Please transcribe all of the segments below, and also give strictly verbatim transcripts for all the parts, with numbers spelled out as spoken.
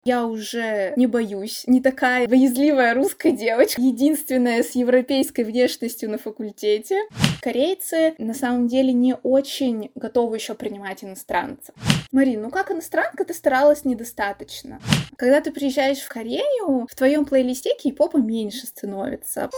Я уже не боюсь, не такая боязливая русская девочка, единственная с европейской внешностью на факультете. Корейцы на самом деле не очень готовы еще принимать иностранцев. Марин, ну как иностранка ты старалась недостаточно. Когда ты приезжаешь в Корею, в твоем плейлисте кей-попа меньше становится.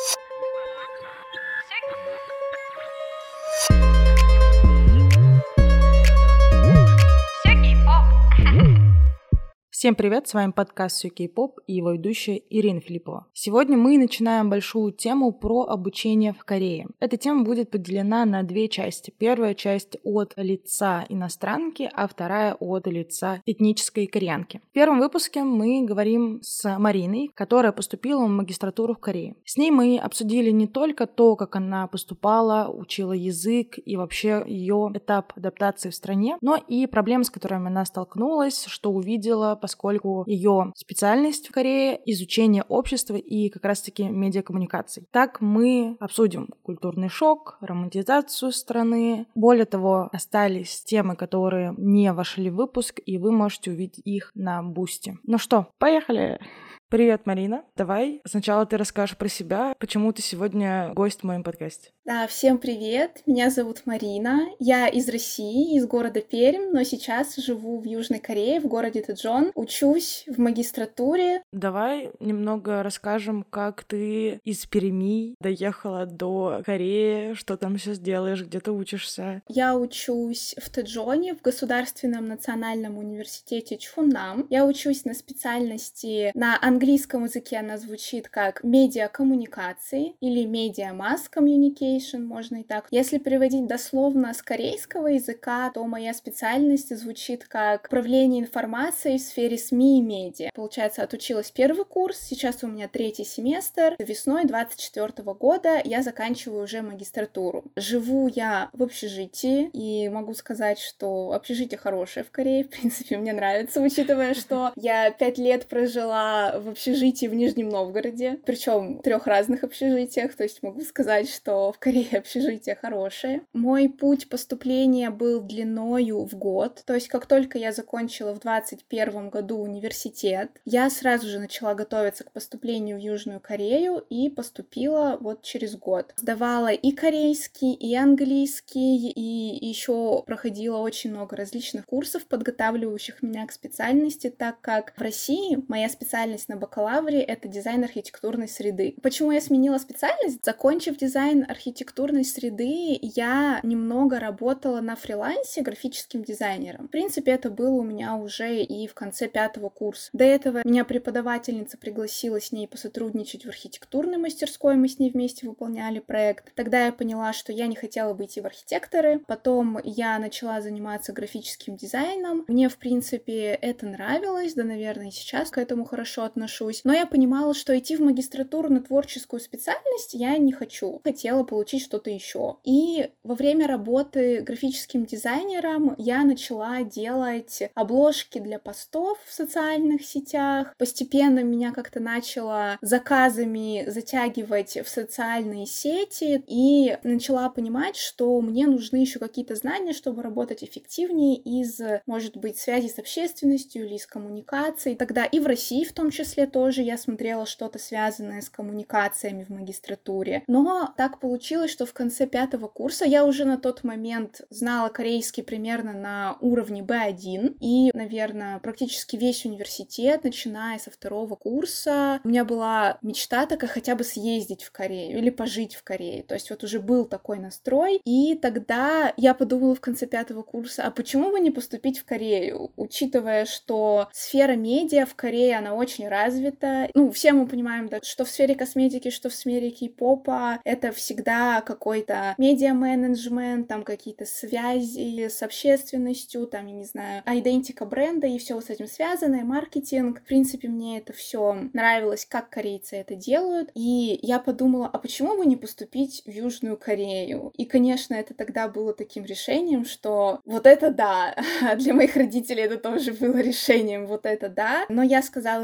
Всем привет, с вами подкаст «Всё Кей-поп» и его ведущая Ирина Филиппова. Сегодня мы начинаем большую тему про обучение в Корее. Эта тема будет поделена на две части. Первая часть от лица иностранки, а вторая от лица этнической кореянки. В первом выпуске мы говорим с Мариной, которая поступила в магистратуру в Корее. С ней мы обсудили не только то, как она поступала, учила язык и вообще ее этап адаптации в стране, но и проблемы, с которыми она столкнулась, что увидела, поскольку ее специальность в Корее — изучение общества и как раз-таки медиакоммуникаций. Так мы обсудим культурный шок, романтизацию страны. Более того, остались темы, которые не вошли в выпуск, и вы можете увидеть их на Бусти. Ну что, поехали! Привет, Марина. Давай сначала ты расскажешь про себя, почему ты сегодня гость в моем подкасте. Да, всем привет. Меня зовут Марина. Я из России, из города Пермь, но сейчас живу в Южной Корее, в городе Тэджон. Учусь в магистратуре. Давай немного расскажем, как ты из Перми доехала до Кореи, что там сейчас делаешь, где ты учишься. Я учусь в Тэджоне, в Государственном национальном университете Чхуннам. Я учусь на специальности на английском. В английском языке она звучит как медиакоммуникации или media-mass communication, можно и так. Если переводить дословно с корейского языка, то моя специальность звучит как управление информацией в сфере СМИ и медиа. Получается, отучилась первый курс, сейчас у меня третий семестр. Весной двадцать четвёртого года я заканчиваю уже магистратуру. Живу я в общежитии, и могу сказать, что общежитие хорошее в Корее. В принципе, мне нравится, учитывая, что я пять лет прожила в общежитии в Нижнем Новгороде, причем в трех разных общежитиях, то есть могу сказать, что в Корее общежитие хорошее. Мой путь поступления был длиною в год, то есть как только я закончила в двадцать первом году университет, я сразу же начала готовиться к поступлению в Южную Корею и поступила вот через год. Сдавала и корейский, и английский, и еще проходила очень много различных курсов, подготавливающих меня к специальности, так как в России моя специальность на бакалавре — это дизайн архитектурной среды. Почему я сменила специальность? Закончив дизайн архитектурной среды, я немного работала на фрилансе графическим дизайнером. В принципе, это было у меня уже и в конце пятого курса. До этого меня преподавательница пригласила с ней посотрудничать в архитектурной мастерской, мы с ней вместе выполняли проект. Тогда я поняла, что я не хотела бы идти в архитекторы. Потом я начала заниматься графическим дизайном. Мне, в принципе, это нравилось, да, наверное, и сейчас к этому хорошо отношусь. Но я понимала, что идти в магистратуру на творческую специальность я не хочу. Хотела получить что-то еще. И во время работы графическим дизайнером я начала делать обложки для постов в социальных сетях. Постепенно меня как-то начало заказами затягивать в социальные сети, и начала понимать, что мне нужны еще какие-то знания, чтобы работать эффективнее из, может быть, связи с общественностью или из коммуникацией. Тогда и в России в том числе тоже я смотрела что-то связанное с коммуникациями в магистратуре. Но так получилось, что в конце пятого курса я уже на тот момент знала корейский примерно на уровне би один, и, наверное, практически весь университет, начиная со второго курса, у меня была мечта такая хотя бы съездить в Корею или пожить в Корее. То есть вот уже был такой настрой, и тогда я подумала в конце пятого курса, а почему бы не поступить в Корею, учитывая, что сфера медиа в Корее, она очень развита. Ну, все мы понимаем, да, что в сфере косметики, что в сфере кей-попа, это всегда какой-то медиа-менеджмент, там какие-то связи с общественностью, там, я не знаю, идентика бренда и все с этим связано, и маркетинг. В принципе, мне это все нравилось, как корейцы это делают, и я подумала, а почему бы не поступить в Южную Корею? И, конечно, это тогда было таким решением, что вот это да, для моих родителей это тоже было решением, вот это да, но я сказала родителям,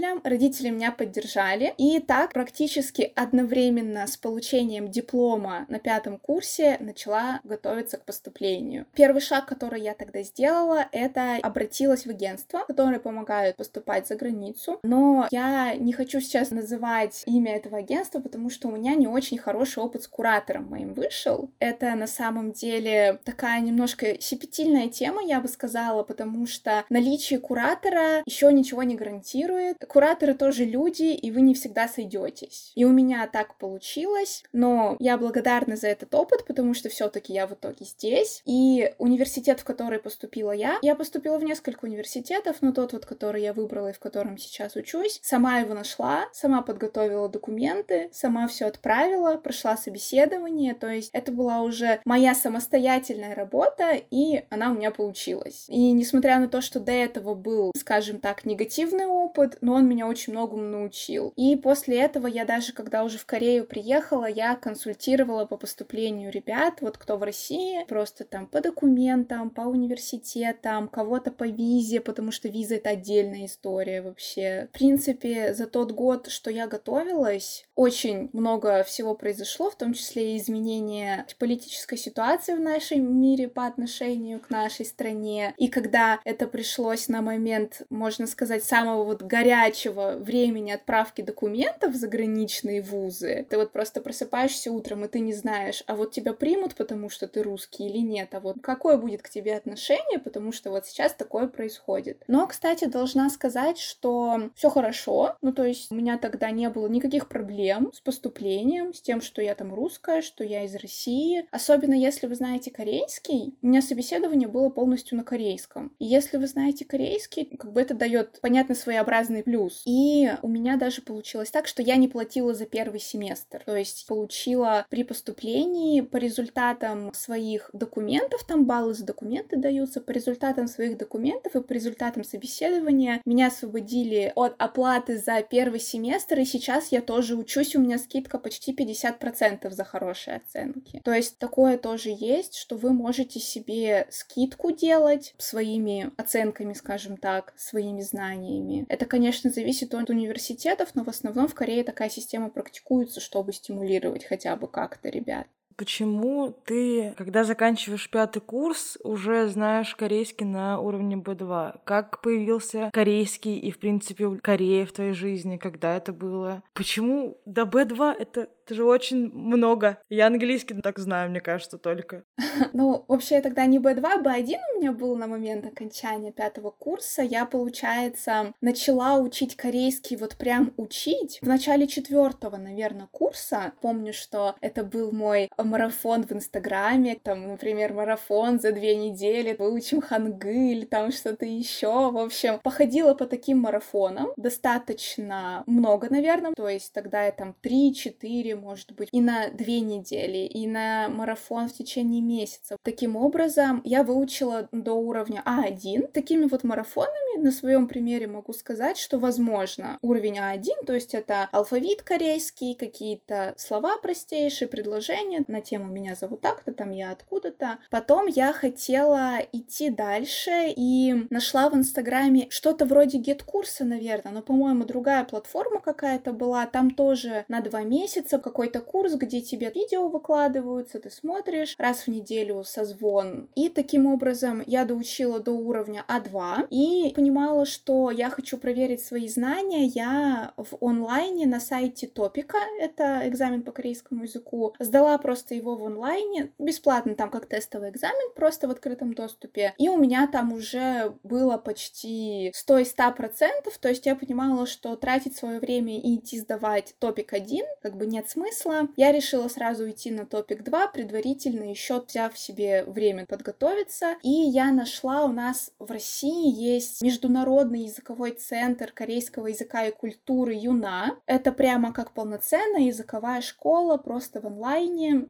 родителям, родители меня поддержали, и так практически одновременно с получением диплома на пятом курсе начала готовиться к поступлению. Первый шаг, который я тогда сделала, это обратилась в агентство, которые помогают поступать за границу, но я не хочу сейчас называть имя этого агентства, потому что у меня не очень хороший опыт с куратором моим вышел. Это на самом деле такая немножко щепетильная тема, я бы сказала, потому что наличие куратора еще ничего не гарантирует. Кураторы тоже люди, и вы не всегда сойдетесь. И у меня так получилось, но я благодарна за этот опыт, потому что все-таки я в итоге здесь. И университет, в который поступила я, я поступила в несколько университетов, но тот вот, который я выбрала и в котором сейчас учусь, сама его нашла, сама подготовила документы, сама все отправила, прошла собеседование, то есть это была уже моя самостоятельная работа, и она у меня получилась. И несмотря на то, что до этого был, скажем так, негативный опыт, но он меня очень многому научил. И после этого я даже, когда уже в Корею приехала, я консультировала по поступлению ребят, вот кто в России, просто там по документам, по университетам, кого-то по визе, потому что виза — это отдельная история вообще. В принципе, за тот год, что я готовилась, очень много всего произошло, в том числе и изменения политической ситуации в нашем мире по отношению к нашей стране. И когда это пришлось на момент, можно сказать, самого вот горячего времени отправки документов в заграничные вузы, ты вот просто просыпаешься утром, и ты не знаешь, а вот тебя примут, потому что ты русский или нет, а вот какое будет к тебе отношение, потому что вот сейчас такое происходит. Но, кстати, должна сказать, что все хорошо, ну то есть у меня тогда не было никаких проблем с поступлением, с тем, что я там русская, что я из России. Особенно если вы знаете корейский, у меня собеседование было полностью на корейском. И если вы знаете корейский, как бы это дает, понятно, своеобразный плюс. И у меня даже получилось так, что я не платила за первый семестр. То есть получила при поступлении по результатам своих документов, там баллы за документы даются, по результатам своих документов и по результатам собеседования меня освободили от оплаты за первый семестр, и сейчас я тоже учусь, у меня скидка почти пятьдесят процентов за хорошие оценки. То есть такое тоже есть, что вы можете себе скидку делать своими оценками, скажем так, своими знаниями. Это, конечно, зависит от университетов, но в основном в Корее такая система практикуется, чтобы стимулировать хотя бы как-то ребят. Почему ты, когда заканчиваешь пятый курс, уже знаешь корейский на уровне би два? Как появился корейский и, в принципе, Корея в твоей жизни? Когда это было? Почему до би два это, это же очень много? Я английский так знаю, мне кажется, только. Ну, вообще, тогда не би два, би один у меня был на момент окончания пятого курса. Я, получается, начала учить корейский, вот прям учить в начале четвертого, наверное, курса. Помню, что это был мой марафон в Инстаграме, там, например, марафон за две недели, выучим хангыль, там что-то еще. В общем, походила по таким марафонам достаточно много, наверное. То есть тогда я там три-четыре, может быть, и на две недели, и на марафон в течение месяца. Таким образом, я выучила до уровня а один. Такими вот марафонами на своем примере могу сказать, что возможно уровень а один, то есть это алфавит корейский, какие-то слова простейшие, предложения на тему «меня зовут так-то», там «я откуда-то». Потом я хотела идти дальше и нашла в Инстаграме что-то вроде гет-курса, наверное, но, по-моему, другая платформа какая-то была. Там тоже на два месяца какой-то курс, где тебе видео выкладываются, ты смотришь раз в неделю созвон. И таким образом я доучила до уровня а два и понимала, что я хочу проверить свои знания. Я в онлайне на сайте Топика, это экзамен по корейскому языку, сдала просто его в онлайне, бесплатно, там как тестовый экзамен, просто в открытом доступе. И у меня там уже было почти сто из ста процентов, то есть я понимала, что тратить свое время и идти сдавать топик один, как бы нет смысла. Я решила сразу идти на топик два, предварительно еще взяв себе время подготовиться. И я нашла, у нас в России есть Международный языковой центр корейского языка и культуры ЮНА. Это прямо как полноценная языковая школа, просто в онлайне.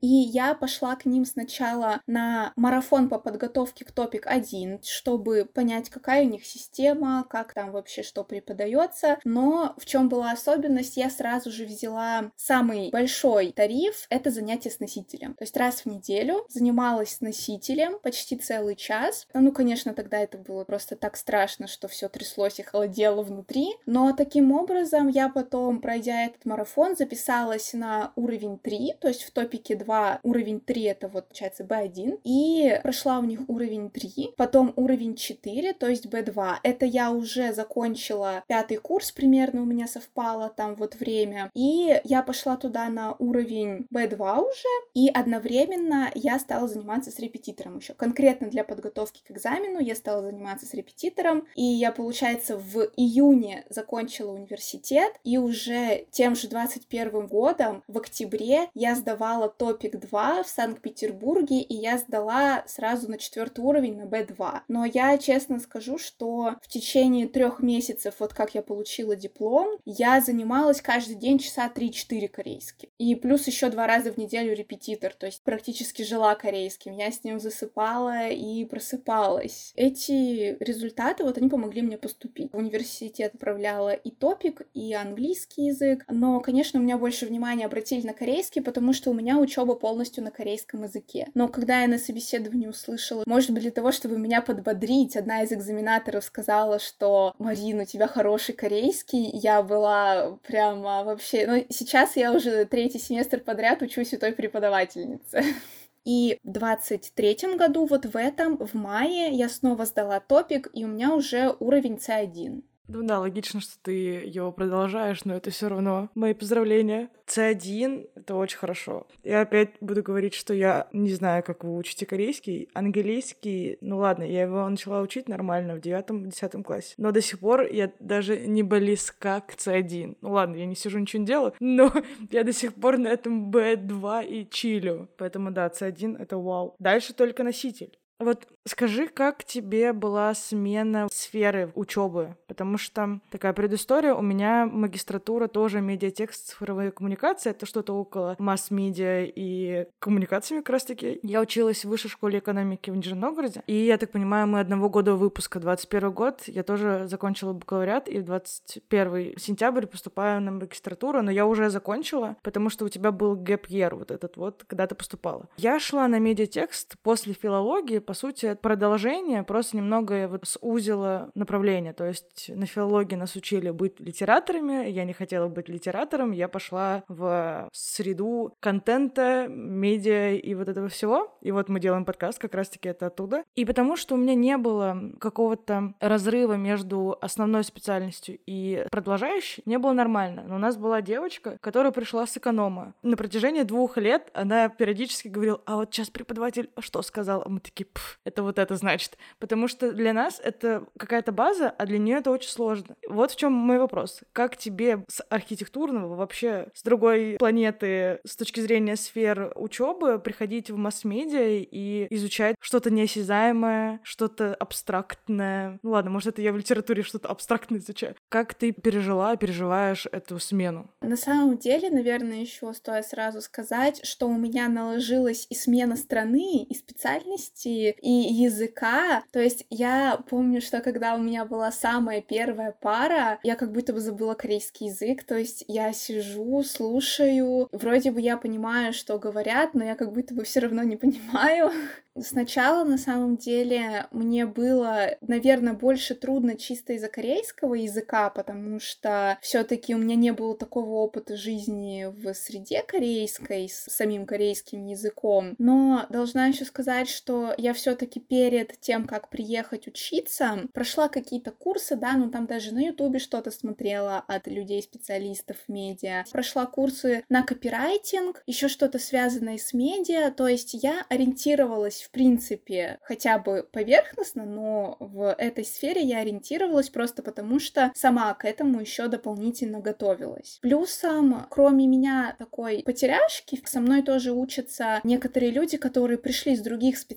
и я пошла к ним сначала на марафон по подготовке к топик один, чтобы понять, какая у них система, как там вообще что преподается. Но в чем была особенность, я сразу же взяла самый большой тариф — это занятие с носителем. То есть раз в неделю занималась с носителем почти целый час. Ну, конечно, тогда это было просто так страшно, что все тряслось и холодело внутри. Но таким образом я потом, пройдя этот марафон, записалась на уровень три, то есть в топике два уровень три — это вот, получается, би один, и прошла у них уровень три, потом уровень четыре, то есть би два. Это я уже закончила пятый курс, примерно у меня совпало там вот время, и я пошла туда на уровень би два уже, и одновременно я стала заниматься с репетитором еще. Конкретно для подготовки к экзамену я стала заниматься с репетитором, и я, получается, в июне закончила университет, и уже тем же двадцать первым годом, в октябре, я сдавала топик два в Санкт-Петербурге, и я сдала сразу на четвертый уровень на би два. Но я честно скажу, что в течение трех месяцев, вот как я получила диплом, я занималась каждый день часа три-четыре корейским. И плюс еще два раза в неделю репетитор, то есть практически жила корейским. Я с ним засыпала и просыпалась. Эти результаты, вот они помогли мне поступить. В университет отправляла и топик, и английский язык, но, конечно, у меня больше внимания обратили на корейский, потому что у меня учеба полностью на корейском языке. Но когда я на собеседовании услышала, может быть, для того, чтобы меня подбодрить, одна из экзаменаторов сказала, что «Марин, у тебя хороший корейский», я была прямо вообще... Ну, сейчас я уже третий семестр подряд учусь у той преподавательницы. И в двадцать третьем году, вот в этом, в мае, я снова сдала топик, и у меня уже уровень си один. Ну да, логично, что ты его продолжаешь, но это все равно мои поздравления. си один — это очень хорошо. Я опять буду говорить, что я не знаю, как вы учите корейский. Английский, ну ладно, я его начала учить нормально в девятом-десятом классе. Но до сих пор я даже не близка к си один. Ну ладно, я не сижу, ничего не делаю, но я до сих пор на этом би два и чилю. Поэтому да, си один — это вау. Дальше только носитель. Вот скажи, как тебе была смена сферы учебы? Потому что такая предыстория, у меня магистратура тоже медиатекст, цифровые коммуникации, это что-то около масс-медиа и коммуникациями как раз-таки. Я училась в высшей школе экономики в Нижнем Новгороде, и, я так понимаю, мы одного года выпуска, двадцать первый год, я тоже закончила бакалавриат, и в двадцать первый сентябрь поступаю на магистратуру, но я уже закончила, потому что у тебя был gap year вот этот вот, когда ты поступала. Я шла на медиатекст после филологии, по сути, это продолжение, просто немного вот сузило направление. То есть на филологии нас учили быть литераторами, я не хотела быть литератором, я пошла в среду контента, медиа и вот этого всего. И вот мы делаем подкаст, как раз-таки это оттуда. И потому что у меня не было какого-то разрыва между основной специальностью и продолжающей, не было нормально. Но у нас была девочка, которая пришла с эконома. На протяжении двух лет она периодически говорила: а вот сейчас преподаватель что сказал? А мы такие: пф, это вот это значит. Потому что для нас это какая-то база, а для нее это очень сложно. Вот в чем мой вопрос. Как тебе с архитектурного, вообще с другой планеты, с точки зрения сфер учебы, приходить в масс-медиа и изучать что-то неосязаемое, что-то абстрактное? Ну ладно, может, это я в литературе что-то абстрактное изучаю. Как ты пережила, переживаешь эту смену? На самом деле, наверное, еще стоит сразу сказать, что у меня наложилась и смена страны, и специальности, и языка. То есть я помню, что когда у меня была самая первая пара, я как будто бы забыла корейский язык. То есть я сижу, слушаю, вроде бы я понимаю, что говорят, но я как будто бы все равно не понимаю. Сначала, на самом деле, мне было, наверное, больше трудно чисто из-за корейского языка, потому что все-таки у меня не было такого опыта жизни в среде корейской с самим корейским языком. Но должна еще сказать, что я все-таки перед тем, как приехать учиться, прошла какие-то курсы, да, ну там даже на Ютубе что-то смотрела от людей-специалистов в медиа. Прошла курсы на копирайтинг, еще что-то связанное с медиа, то есть я ориентировалась в принципе, хотя бы поверхностно, но в этой сфере я ориентировалась просто потому, что сама к этому еще дополнительно готовилась. Плюсом, кроме меня такой потеряшки, со мной тоже учатся некоторые люди, которые пришли из других специальностей,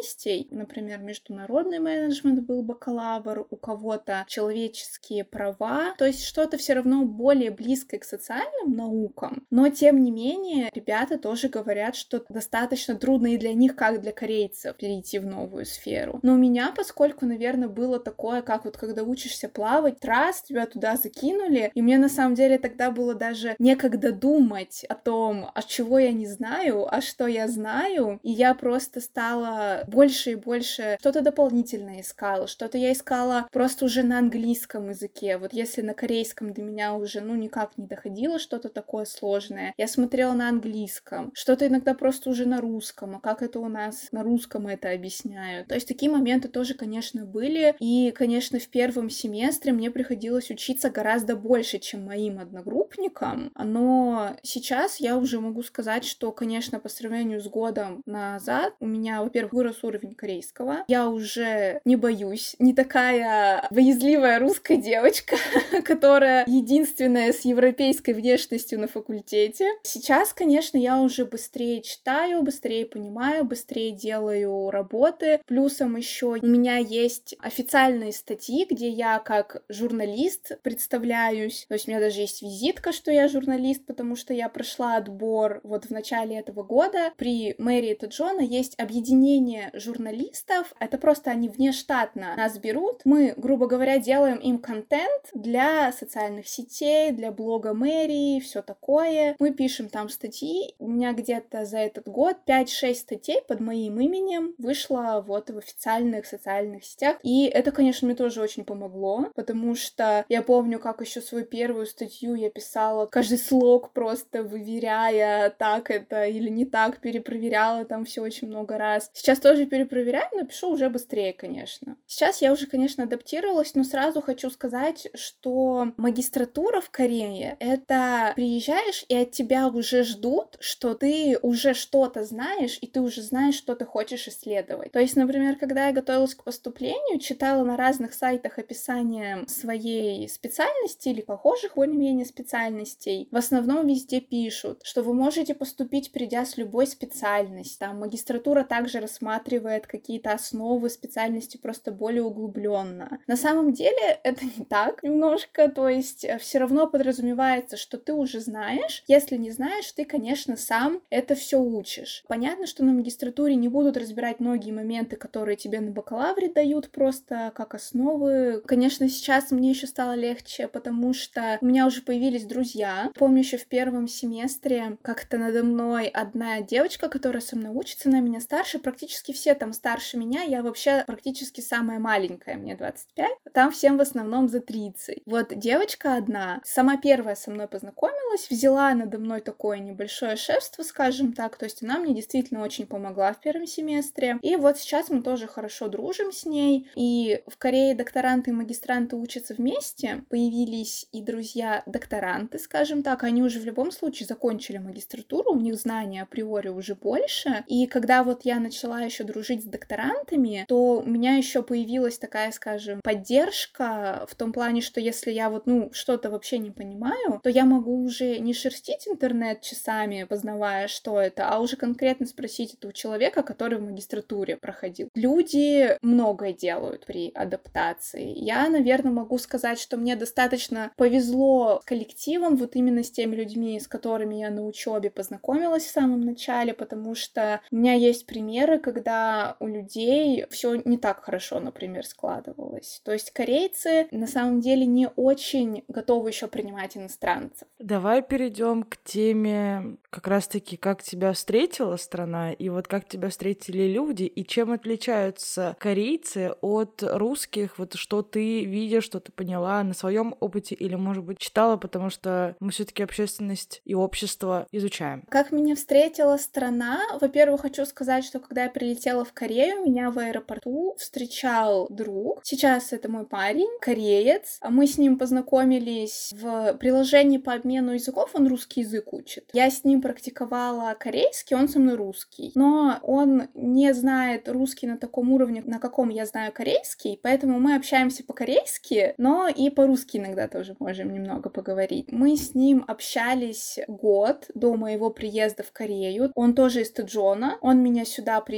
специальностей, например, международный менеджмент был бакалавр, у кого-то человеческие права, то есть что-то все равно более близкое к социальным наукам, но тем не менее ребята тоже говорят, что достаточно трудно и для них, как для корейцев, перейти в новую сферу. Но у меня, поскольку, наверное, было такое, как вот когда учишься плавать, раз, тебя туда закинули, и мне на самом деле тогда было даже некогда думать о том, а чего я не знаю, а что я знаю, и я просто стала больше и больше что-то дополнительное искала, что-то я искала просто уже на английском языке, вот если на корейском до меня уже, ну, никак не доходило что-то такое сложное, я смотрела на английском, что-то иногда просто уже на русском, а как это у нас на русском это объясняют. То есть такие моменты тоже, конечно, были, и, конечно, в первом семестре мне приходилось учиться гораздо больше, чем моим одногруппникам, но сейчас я уже могу сказать, что, конечно, по сравнению с годом назад у меня, во-первых, вырос уровень корейского, я уже не боюсь, не такая боязливая русская девочка, которая единственная с европейской внешностью на факультете. Сейчас, конечно, я уже быстрее читаю, быстрее понимаю, быстрее делаю работы. Плюсом еще у меня есть официальные статьи, где я как журналист представляюсь. То есть у меня даже есть визитка, что я журналист, потому что я прошла отбор вот в начале этого года. При мэрии Тэджона есть объединение журналистов. Это просто они внештатно нас берут. Мы, грубо говоря, делаем им контент для социальных сетей, для блога мэрии, все такое. Мы пишем там статьи. У меня где-то за этот год пять-шесть статей под моим именем вышло вот в официальных социальных сетях. И это, конечно, мне тоже очень помогло, потому что я помню, как еще свою первую статью я писала, каждый слог просто выверяя, так это или не так, перепроверяла там все очень много раз. Сейчас тоже перепроверяю, но пишу уже быстрее, конечно. Сейчас я уже, конечно, адаптировалась, но сразу хочу сказать, что магистратура в Корее — это приезжаешь, и от тебя уже ждут, что ты уже что-то знаешь, и ты уже знаешь, что ты хочешь исследовать. То есть, например, когда я готовилась к поступлению, читала на разных сайтах описание своей специальности или похожих более-менее специальностей, в основном везде пишут, что вы можете поступить, придя с любой специальности. Там магистратура также рассматривает какие-то основы специальности просто более углубленно. На самом деле это не так немножко, то есть все равно подразумевается, что ты уже знаешь. Если не знаешь, ты, конечно, сам это все учишь. Понятно, что на магистратуре не будут разбирать многие моменты, которые тебе на бакалавре дают просто как основы. Конечно, сейчас мне еще стало легче, потому что у меня уже появились друзья. Помню, еще в первом семестре как-то надо мной одна девочка, которая со мной учится, она меня старше, практически все там старше меня, я вообще практически самая маленькая, мне двадцать пять, там всем в основном за тридцать. Вот девочка одна, сама первая со мной познакомилась, взяла надо мной такое небольшое шефство, скажем так, то есть она мне действительно очень помогла в первом семестре, и вот сейчас мы тоже хорошо дружим с ней, и в Корее докторанты и магистранты учатся вместе, появились и друзья-докторанты, скажем так, они уже в любом случае закончили магистратуру, у них знания априори уже больше, и когда вот я начала еще дружить с докторантами, то у меня еще появилась такая, скажем, поддержка в том плане, что если я вот, ну, что-то вообще не понимаю, то я могу уже не шерстить интернет часами, познавая, что это, а уже конкретно спросить это у человека, который в магистратуре проходил. Люди многое делают при адаптации. Я, наверное, могу сказать, что мне достаточно повезло с коллективом, вот именно с теми людьми, с которыми я на учебе познакомилась в самом начале, потому что у меня есть примеры, когда у людей все не так хорошо, например, складывалось. То есть корейцы на самом деле не очень готовы еще принимать иностранцев. Давай перейдем к теме как раз-таки, как тебя встретила страна, и вот как тебя встретили люди, и чем отличаются корейцы от русских, вот что ты видишь, что ты поняла на своем опыте, или, может быть, читала, потому что мы все-таки общественность и общество изучаем. Как меня встретила страна? Во-первых, хочу сказать, что когда я прилетела в Корею, меня в аэропорту встречал друг. Сейчас это мой парень, кореец. Мы с ним познакомились в приложении по обмену языков, он русский язык учит. Я с ним практиковала корейский, он со мной русский. Но он не знает русский на таком уровне, на каком я знаю корейский, поэтому мы общаемся по-корейски, но и по-русски иногда тоже можем немного поговорить. Мы с ним общались год до моего приезда в Корею. Он тоже из Тэджона, он меня сюда привез.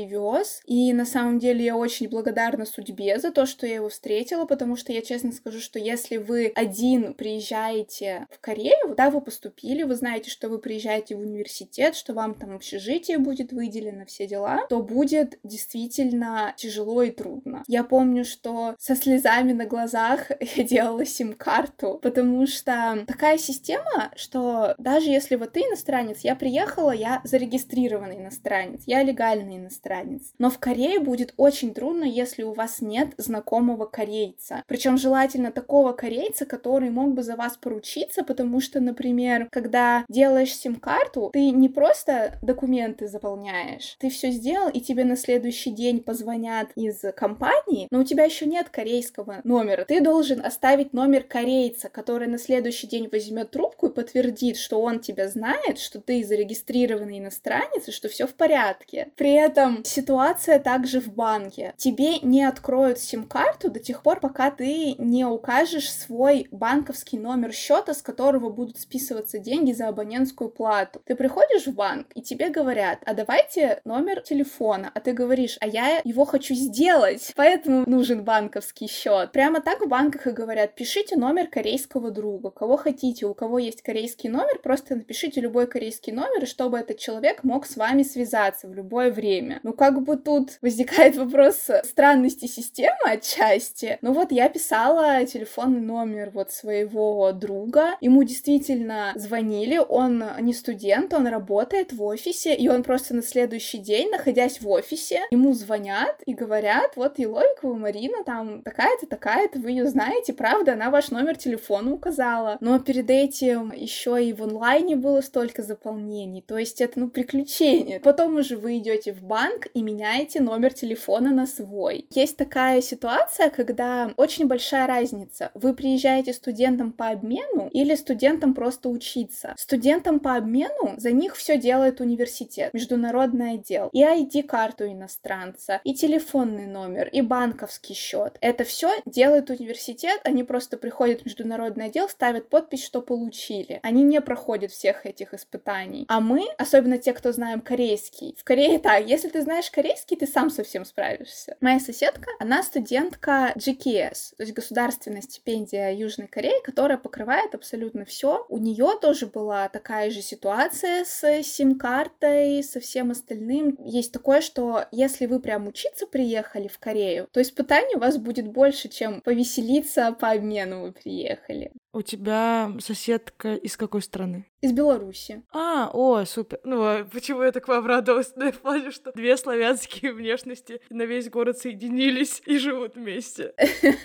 вопрос, и на самом деле я очень благодарна судьбе за то, что я его встретила, потому что я честно скажу, что если вы один приезжаете в Корею, да, вы поступили, вы знаете, что вы приезжаете в университет, что вам там общежитие будет выделено, все дела, то будет действительно тяжело и трудно. Я помню, что со слезами на глазах я делала сим-карту, потому что такая система, что даже если вот ты иностранец, я приехала, я зарегистрированный иностранец, я легальный иностранец, но в Корее будет очень трудно, если у вас нет знакомого корейца. Причем желательно такого корейца, который мог бы за вас поручиться, потому что, например, когда делаешь сим-карту, ты не просто документы заполняешь, ты все сделал, и тебе на следующий день позвонят из компании, но у тебя еще нет корейского номера. Ты должен оставить номер корейца, который на следующий день возьмет трубку и подтвердит, что он тебя знает, что ты зарегистрированный иностранец и что все в порядке. При этом ситуация также в банке. Тебе не откроют сим-карту до тех пор, пока ты не укажешь свой банковский номер счета, с которого будут списываться деньги за абонентскую плату. Ты приходишь в банк, и тебе говорят: а давайте номер телефона. А ты говоришь: а я его хочу сделать, поэтому нужен банковский счет. Прямо так в банках и говорят: пишите номер корейского друга, кого хотите, у кого есть корейский номер, просто напишите любой корейский номер, чтобы этот человек мог с вами связаться в любое время. Ну, как бы тут возникает вопрос странности системы отчасти. Ну вот я писала телефонный номер вот своего друга, ему действительно звонили, он не студент, он работает в офисе, и он просто на следующий день, находясь в офисе, ему звонят и говорят: вот Еловикова Марина, там такая-то, такая-то, вы ее знаете, правда, она ваш номер телефона указала. Но перед этим еще и в онлайне было столько заполнений, то есть это, ну, приключение. Потом уже вы идете в банк и меняете номер телефона на свой. Есть такая ситуация, когда очень большая разница. Вы приезжаете студентом по обмену или студентом просто учиться. Студентам по обмену за них все делает университет, международный отдел. И ай ди-карту иностранца, и телефонный номер, и банковский счет. Это все делает университет, они просто приходят в международный отдел, ставят подпись, что получили. Они не проходят всех этих испытаний. А мы, особенно те, кто знаем корейский, в Корее так, если ты знаешь корейский, ты сам совсем справишься. Моя соседка, она студентка джи кей эс, то есть государственная стипендия Южной Кореи, которая покрывает абсолютно все. У нее тоже была такая же ситуация с сим-картой, со всем остальным. Есть такое, что если вы прям учиться приехали в Корею, то испытаний у вас будет больше, чем повеселиться по обмену вы приехали. У тебя соседка из какой страны? Из Беларуси. А, о, супер. Ну, а почему я так обрадовалась? Ну, я поняла, что две славянские внешности на весь город соединились и живут вместе.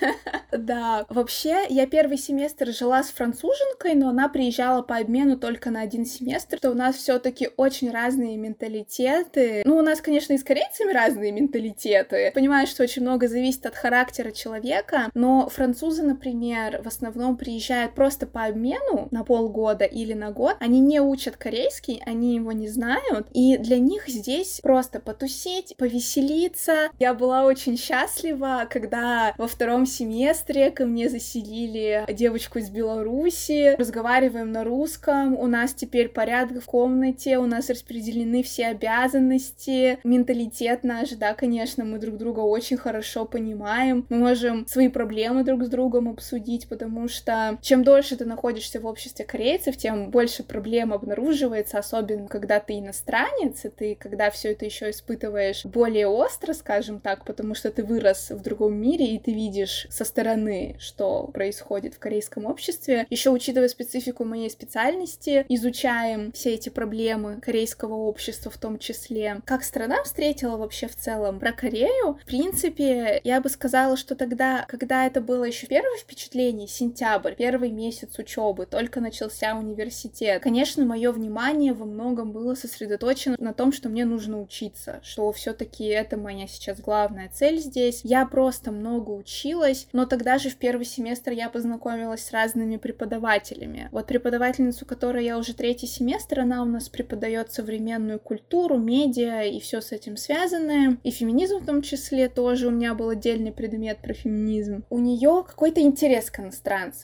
Да, вообще, я первый семестр жила с француженкой, но она приезжала по обмену только на один семестр. То у нас все-таки очень разные менталитеты. Ну, у нас, конечно, и с корейцами разные менталитеты. Понимаю, что очень много зависит от характера человека, но французы, например, в основном приезжают просто по обмену на полгода или на год. Они не учат корейский, они его не знают, и для них здесь просто потусить, повеселиться. Я была очень счастлива, когда во втором семестре ко мне заселили девочку из Беларуси, разговариваем на русском, у нас теперь порядок в комнате, у нас распределены все обязанности, менталитет наш, да, конечно, мы друг друга очень хорошо понимаем, мы можем свои проблемы друг с другом обсудить, потому что чем дольше ты находишься в обществе корейцев, тем больше проблем обнаруживается, особенно когда ты иностранец, и ты, когда все это еще испытываешь более остро, скажем так, потому что ты вырос в другом мире, и ты видишь со стороны, что происходит в корейском обществе. Еще учитывая специфику моей специальности, изучаем все эти проблемы корейского общества в том числе. Как страна встретила вообще в целом про Корею? В принципе, я бы сказала, что тогда, когда это было еще первое впечатление, сентябрь, первый месяц учебы, только начался университет. Конечно, мое внимание во многом было сосредоточено на том, что мне нужно учиться, что все-таки это моя сейчас главная цель здесь. Я просто много училась, но тогда же в первый семестр я познакомилась с разными преподавателями. Вот преподавательницу, которой я уже третий семестр, она у нас преподает современную культуру, медиа и все с этим связанное, и феминизм в том числе тоже, у меня был отдельный предмет про феминизм. У нее какой-то интерес к иностранцам. Ей просто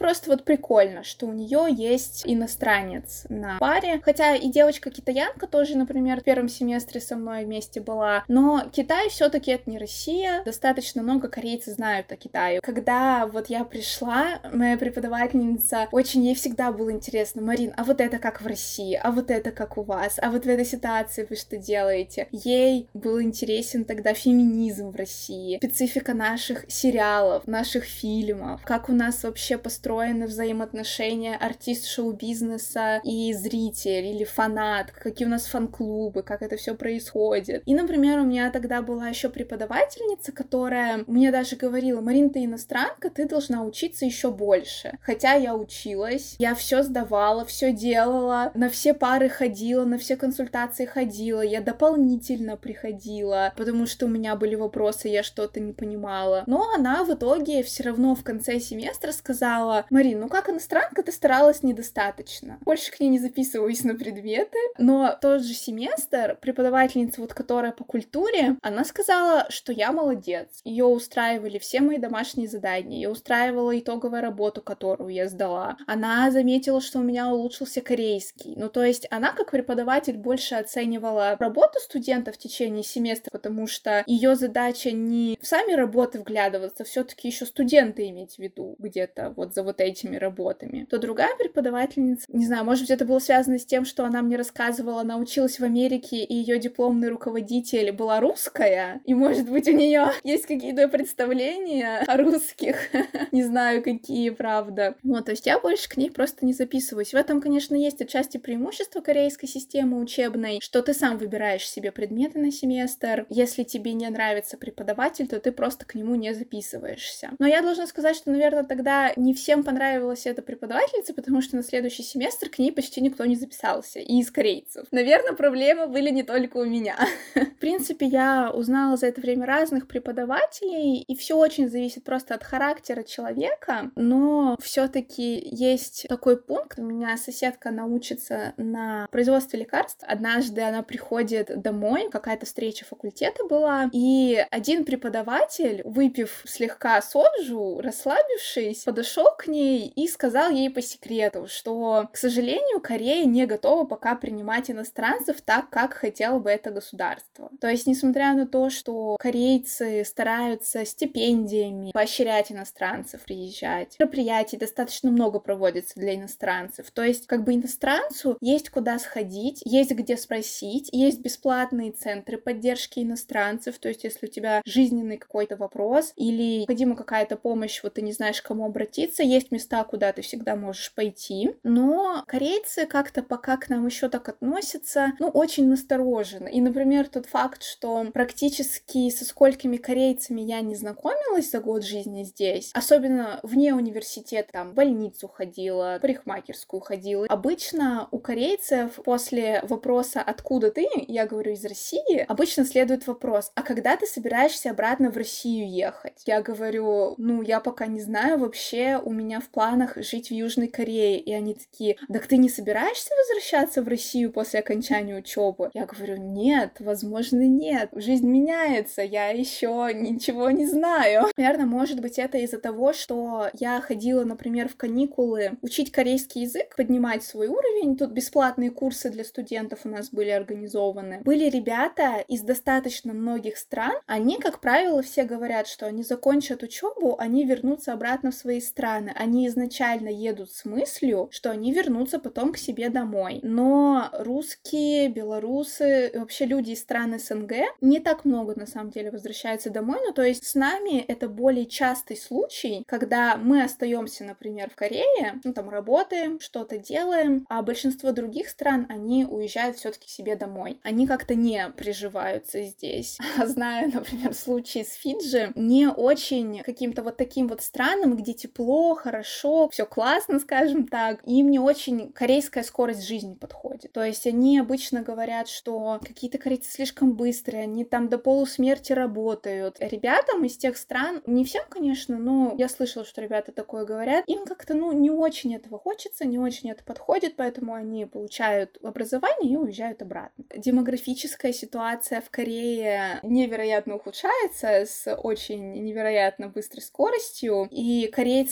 просто вот прикольно, что у нее есть иностранец на паре. Хотя и девочка-китаянка тоже, например, в первом семестре со мной вместе была. Но Китай все-таки это не Россия. Достаточно много корейцев знают о Китае. Когда вот я пришла, моя преподавательница, очень ей всегда было интересно: Марин, а вот это как в России? А вот это как у вас? А вот в этой ситуации вы что делаете? Ей был интересен тогда феминизм в России, специфика наших сериалов, наших фильмов, как у нас вообще построены взаимоотношения артист шоу-бизнеса и зритель или фанат, какие у нас фан-клубы, как это все происходит. И, например, у меня тогда была еще преподавательница, которая мне даже говорила: Марин, ты иностранка, ты должна учиться еще больше. Хотя я училась, я все сдавала, все делала, на все пары ходила, на все консультации ходила, я дополнительно приходила, потому что у меня были вопросы, я что-то не понимала. Но она в итоге все равно в конце семестра сказала: Марин, ну как иностранка ты старалась недостаточно. Больше к ней не записываюсь на предметы. Но тот же семестр преподавательница, вот которая по культуре, она сказала, что я молодец. Ее устраивали все мои домашние задания, ее устраивала итоговая работа, которую я сдала. Она заметила, что у меня улучшился корейский. Ну, то есть она как преподаватель больше оценивала работу студента в течение семестра, потому что ее задача не в сами работы вглядываться, все-таки еще студенты иметь в виду где-то вот за вот этими работами. То другая преподавательница, не знаю, может быть, это было связано с тем, что она мне рассказывала, она училась в Америке, и ее дипломный руководитель была русская, и, может быть, у нее есть какие-то представления о русских, не знаю, какие, правда. Вот, то есть я больше к ней просто не записываюсь. В этом, конечно, есть отчасти преимущество корейской системы учебной, что ты сам выбираешь себе предметы на семестр. Если тебе не нравится преподаватель, то ты просто к нему не записываешься. Но я должна сказать, что, наверное, тогда не всем понравилась эта преподавательница, потому что на следующий семестр к ней почти никто не записался, и из корейцев. Наверное, проблемы были не только у меня. В принципе, я узнала за это время разных преподавателей, и все очень зависит просто от характера человека, но все-таки есть такой пункт. У меня соседка, она учится на производстве лекарств. Однажды она приходит домой, какая-то встреча факультета была, и один преподаватель, выпив слегка соджу, расслабившись, подошел к ней и сказал ей по секрету, что, к сожалению, Корея не готова пока принимать иностранцев так, как хотело бы это государство. То есть, несмотря на то, что корейцы стараются стипендиями поощрять иностранцев приезжать, мероприятий достаточно много проводится для иностранцев. То есть, как бы иностранцу есть куда сходить, есть где спросить, есть бесплатные центры поддержки иностранцев. То есть, если у тебя жизненный какой-то вопрос или необходима какая-то помощь, вот ты не знаешь, к кому обратиться, есть места, куда ты всегда можешь пойти. Но корейцы как-то пока к нам еще так относятся, ну, очень настороженно. И, например, тот факт, что практически со сколькими корейцами я не знакомилась за год жизни здесь, особенно вне университета, там, в больницу ходила, в парикмахерскую ходила. Обычно у корейцев после вопроса «Откуда ты?», я говорю из России, обычно следует вопрос: а когда ты собираешься обратно в Россию ехать? Я говорю: ну, я пока не знаю, вообще у меня в планах жить в Южной Корее. И они такие: так ты не собираешься возвращаться в Россию после окончания учебы? Я говорю: нет, возможно, нет. Жизнь меняется, я еще ничего не знаю. Наверное, может быть, это из-за того, что я ходила, например, в каникулы учить корейский язык, поднимать свой уровень. Тут бесплатные курсы для студентов у нас были организованы. Были ребята из достаточно многих стран. Они, как правило, все говорят, что они закончат учебу, они вернутся обратно в свои страны. Они изначально едут с мыслью, что они вернутся потом к себе домой. Но русские, белорусы, вообще люди из стран СНГ не так много, на самом деле, возвращаются домой. Ну, то есть с нами это более частый случай, когда мы остаемся, например, в Корее, ну, там, работаем, что-то делаем, а большинство других стран, они уезжают все-таки к себе домой. Они как-то не приживаются здесь. Знаю, например, случаи с Фиджи, не очень каким-то вот таким вот странам, где тепло, хорошо, все классно, скажем так. Им не очень корейская скорость жизни подходит. То есть они обычно говорят, что какие-то корейцы слишком быстрые, они там до полусмерти работают. Ребятам из тех стран, не всем, конечно, но я слышала, что ребята такое говорят, им как-то, ну, не очень этого хочется, не очень это подходит, поэтому они получают образование и уезжают обратно. Демографическая ситуация в Корее невероятно ухудшается с очень невероятно быстрой скоростью, и корейцев за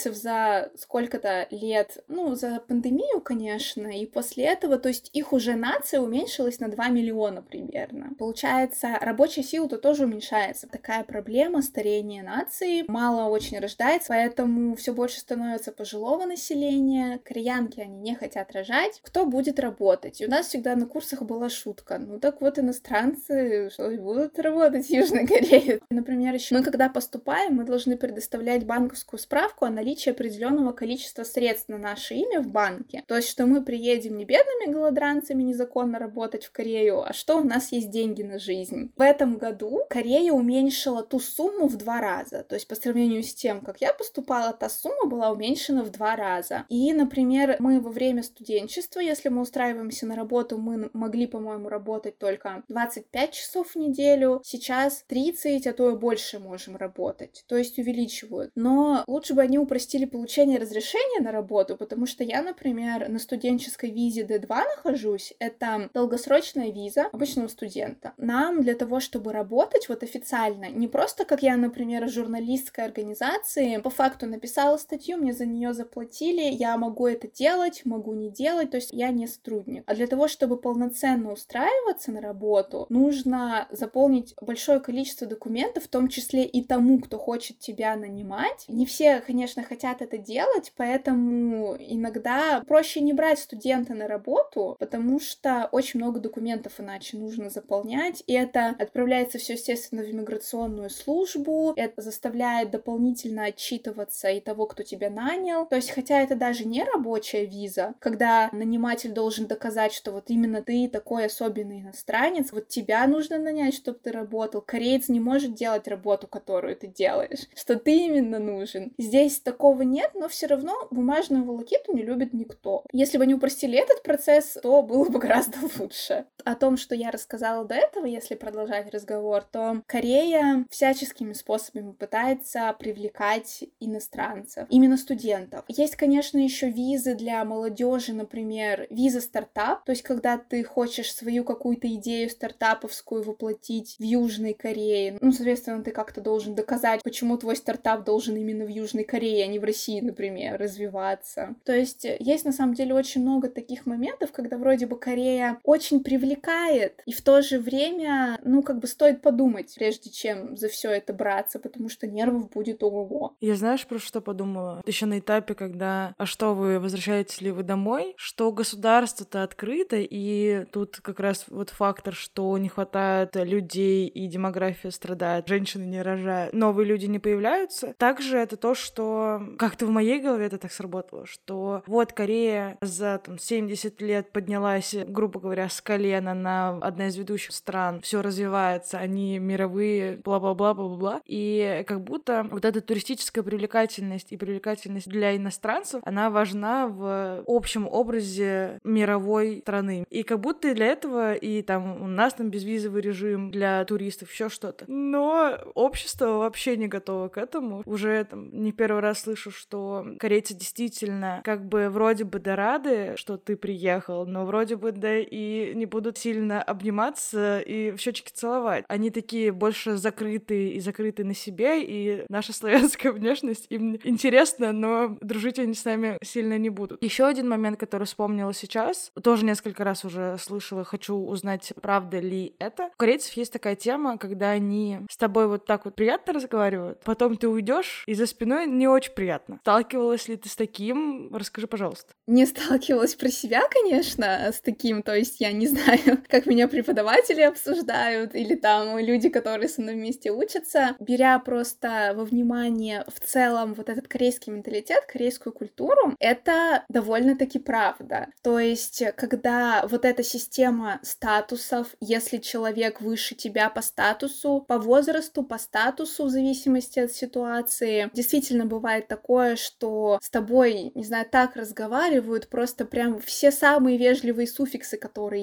за сколько-то лет, ну, за пандемию, конечно, и после этого, то есть их уже нация уменьшилась на два миллиона примерно. Получается, рабочая сила-то тоже уменьшается. Такая проблема старения нации. Мало очень рождается, поэтому все больше становится пожилого населения. Кореянки, они не хотят рожать. Кто будет работать? И у нас всегда на курсах была шутка. Ну так вот, иностранцы что будут работать в Южной Корее. Например, еще мы, когда поступаем, мы должны предоставлять банковскую справку о наличии определенного количества средств на наше имя в банке. То есть, что мы приедем не бедными голодранцами незаконно работать в Корею, а что у нас есть деньги на жизнь. В этом году Корея уменьшила ту сумму в два раза. То есть, по сравнению с тем, как я поступала, та сумма была уменьшена в два раза. И, например, мы во время студенчества, если мы устраиваемся на работу, мы могли, по-моему, работать только двадцать пять часов в неделю. Сейчас тридцать, а то и больше можем работать. То есть увеличивают. Но лучше бы они упростили получение разрешения на работу, потому что я, например, на студенческой визе дэ два нахожусь. Это долгосрочная виза обычного студента. Нам для того, чтобы работать вот официально, не просто как я, например, в журналистской организации, по факту написала статью, мне за нее заплатили, я могу это делать, могу не делать, то есть я не сотрудник. А для того, чтобы полноценно устраиваться на работу, нужно заполнить большое количество документов, в том числе и тому, кто хочет тебя нанимать. Не все, конечно, хотят это делать, поэтому иногда проще не брать студента на работу, потому что очень много документов иначе нужно заполнять, и это отправляется все, естественно, в иммиграционную службу, это заставляет дополнительно отчитываться и того, кто тебя нанял. То есть, хотя это даже не рабочая виза, когда наниматель должен доказать, что вот именно ты такой особенный иностранец, вот тебя нужно нанять, чтобы ты работал. Кореец не может делать работу, которую ты делаешь, что ты именно нужен. Здесь такого нет, но все равно бумажную волокиту не любит никто. Если бы они упростили этот процесс, то было бы гораздо лучше. О том, что я рассказала до этого, если продолжать разговор, то Корея всяческими способами пытается привлекать иностранцев, именно студентов. Есть, конечно, еще визы для молодежи, например, виза стартап, то есть когда ты хочешь свою какую-то идею стартаповскую воплотить в Южной Корее, ну, соответственно, ты как-то должен доказать, почему твой стартап должен именно в Южной Корее, а не в России, например, развиваться. То есть есть, на самом деле, очень много таких моментов, когда вроде бы Корея очень привлекает, и в то же время, ну, как бы стоит подумать, прежде чем за все это браться, потому что нервов будет ого-го. Я знаешь, про что подумала? Еще на этапе, когда «а что, вы возвращаетесь ли вы домой?» Что государство-то открыто, и тут как раз вот фактор, что не хватает людей, и демография страдает, женщины не рожают, новые люди не появляются. Также это то, что как-то в моей голове это так сработало, что вот Корея за там, семьдесят лет поднялась, грубо говоря, с колена на одна из ведущих стран, все развивается, они мировые, бла-бла-бла, бла-бла-бла, и как будто вот эта туристическая привлекательность и привлекательность для иностранцев, она важна в общем образе мировой страны. И как будто для этого и там у нас там безвизовый режим для туристов, еще что-то. Но общество вообще не готово к этому. Уже там не первый раз слышу, что корейцы действительно как бы вроде бы да рады, что ты приехал, но вроде бы да и не будут сильно обниматься и в щечки целовать. Они такие больше закрытые и закрыты на себе, и наша славянская внешность им интересна, но дружить они с нами сильно не будут. Еще один момент, который вспомнила сейчас, тоже несколько раз уже слышала, хочу узнать, правда ли это. У корейцев есть такая тема, когда они с тобой вот так вот приятно разговаривают, потом ты уйдешь, и за спиной не очень приятно. Сталкивалась ли ты с таким? Расскажи, пожалуйста. Не сталкивалась про себя, конечно, с таким, то есть я не знаю, как меня преподаватели обсуждают, или там люди, которые со мной вместе учатся. Беря просто во внимание в целом вот этот корейский менталитет, корейскую культуру, это довольно-таки правда. То есть, когда вот эта система статусов, если человек выше тебя по статусу, по возрасту, по статусу, в зависимости от ситуации, действительно бывает такое, что с тобой, не знаю, так разговаривают, просто прям все самые вежливые суффиксы, которые есть,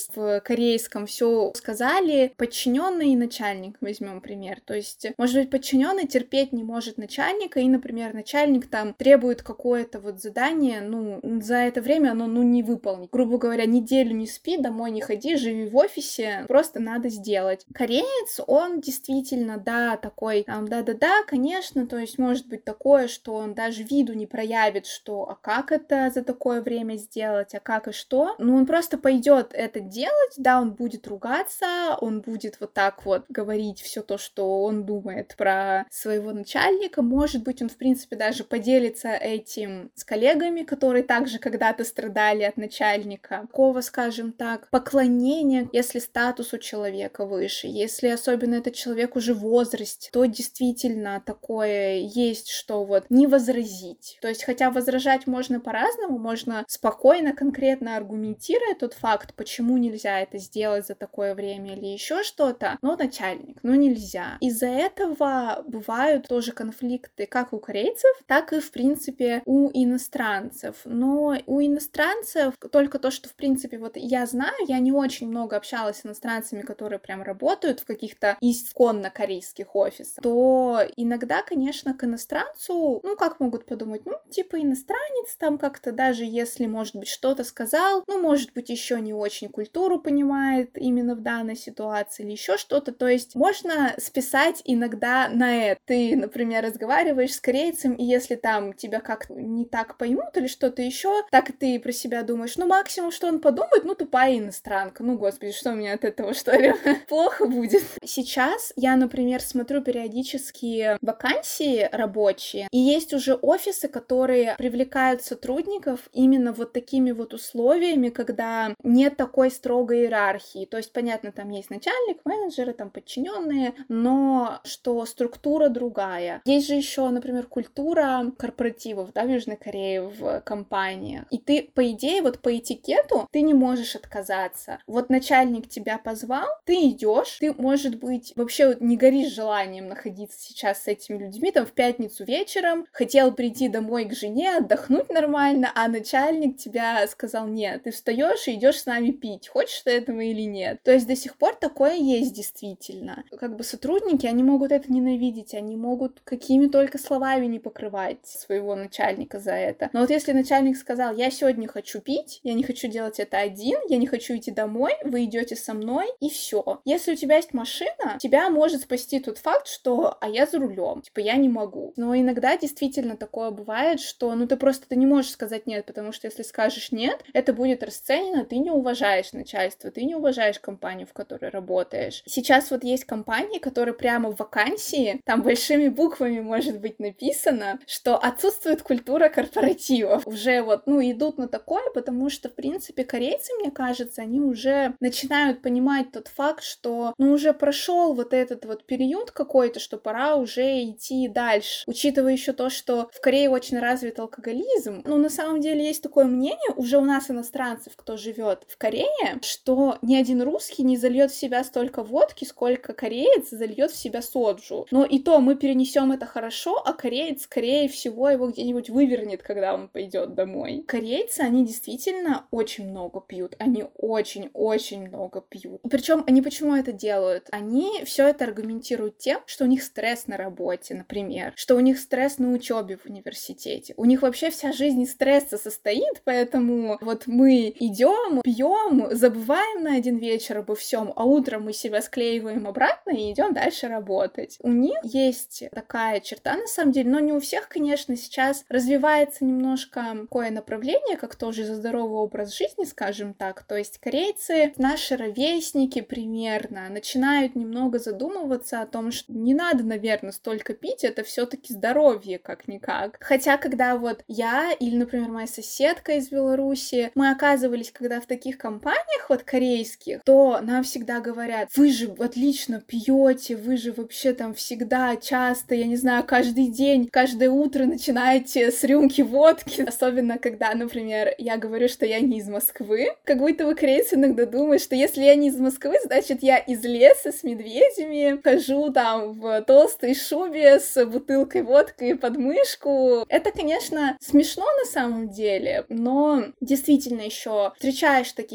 в корейском все сказали, подчиненный и начальник, возьмем пример. То есть, может быть, подчиненный терпеть не может начальника, и, например, начальник там требует какое-то вот задание, ну, за это время оно, ну, не выполнить. Грубо говоря, неделю не спи, домой не ходи, живи в офисе, просто надо сделать. Кореец, он действительно, да, такой, там, да-да-да, конечно, то есть может быть такое, что он даже виду не проявит, что, а как это за такое время сделать, а как и что. Ну, он просто пойдет это делать, да, он будет ругаться, он будет вот так вот говорить все то, что он думает про своего начальника. Может быть, он, в принципе, даже поделится этим с коллегами, которые также когда-то страдали от начальника. Такого, скажем так, поклонения, если статус у человека выше, если особенно этот человек уже в возрасте, то действительно такое есть, что вот не возразить. То есть, хотя возражать можно по-разному, можно спокойно, конкретно аргументируя тот факт, почему нельзя это сделать за такое время или еще что-то, но начальник, ну нельзя. Из-за этого бывают тоже конфликты как у корейцев, так и, в принципе, у иностранцев. Но у иностранцев только то, что, в принципе, вот я знаю, я не очень много общалась с иностранцами, которые прям работают в каких-то исконно корейских офисах, то иногда, конечно, к иностранцу, ну, как могут подумать, ну, типа иностранец, там как-то даже если, может быть, что-то сказал, ну, может быть, еще не очень культуру понимает именно в данной ситуации или еще что-то, то есть можно списать иногда на это. Ты, например, разговариваешь с корейцем, и если там тебя как-то не так поймут или что-то еще, так и ты про себя думаешь, ну, максимум, что он подумает, ну, тупая иностранка, ну, господи, что мне от этого, что ли, плохо будет. Сейчас я, например, смотрю периодически вакансии рабочие, и есть уже офисы, которые привлекают сотрудников именно вот такими вот условиями, когда нет такой строгой иерархии. То есть, понятно, там есть начальник, менеджеры, там подчиненные, но что структура другая. Есть же еще, например, культура корпоративов, да, в Южной Корее, в компаниях. И ты, по идее, вот по этикету ты не можешь отказаться. Вот начальник тебя позвал, ты идешь, ты, может быть, вообще вот не горишь желанием находиться сейчас с этими людьми, там, в пятницу вечером, хотел прийти домой к жене, отдохнуть нормально, а начальник тебя сказал, нет, ты встаешь и идешь с нами пить, хочешь ты этого или нет. То есть до сих пор такое есть действительно. Как бы сотрудники, они могут это ненавидеть, они могут какими только словами не покрывать своего начальника за это. Но вот если начальник сказал, я сегодня хочу пить, я не хочу делать это один, я не хочу идти домой, вы идете со мной, и все. Если у тебя есть машина, тебя может спасти тот факт, что, а я за рулем, типа, я не могу. Но иногда действительно такое бывает, что, ну, ты просто ты не можешь сказать нет, потому что если скажешь нет, это будет расценено, ты не уважаешь начальство, ты не уважаешь компанию, в которой работаешь. Сейчас вот есть компании, которые прямо в вакансии, там большими буквами может быть написано, что отсутствует культура корпоративов. Уже вот, ну, идут на такое, потому что, в принципе, корейцы, мне кажется, они уже начинают понимать тот факт, что, ну, уже прошел вот этот вот период какой-то, что пора уже идти дальше. Учитывая еще то, что в Корее очень развит алкоголизм, ну, на самом деле есть такое мнение, уже у нас иностранцев, кто живет в Корее, что ни один русский не зальет в себя столько водки, сколько кореец зальет в себя соджу. Но и то мы перенесем это хорошо, а кореец, скорее всего, его где-нибудь вывернет, когда он пойдет домой. Корейцы, они действительно очень много пьют, они очень-очень много пьют. Причем они почему это делают? Они все это аргументируют тем, что у них стресс на работе, например, что у них стресс на учебе в университете. У них вообще вся жизнь из стресса состоит, поэтому вот мы идем, пьем, забываем на один вечер обо всем, а утром мы себя склеиваем обратно и идем дальше работать. У них есть такая черта, на самом деле, но не у всех, конечно, сейчас развивается немножко такое направление, как тоже за здоровый образ жизни, скажем так. То есть корейцы, наши ровесники примерно, начинают немного задумываться о том, что не надо, наверное, столько пить, это все-таки здоровье, как-никак. Хотя, когда вот я или, например, моя соседка из Беларуси, мы оказывались, когда в таких компаниях вот корейских, то нам всегда говорят, вы же отлично пьете, вы же вообще там всегда, часто, я не знаю, каждый день, каждое утро начинаете с рюмки водки. Особенно, когда, например, я говорю, что я не из Москвы. Как будто бы корейцы иногда думают, что если я не из Москвы, значит, я из леса с медведями, хожу там в толстой шубе с бутылкой водки под мышку. Это, конечно, смешно на самом деле, но действительно еще встречаешь таких ребят,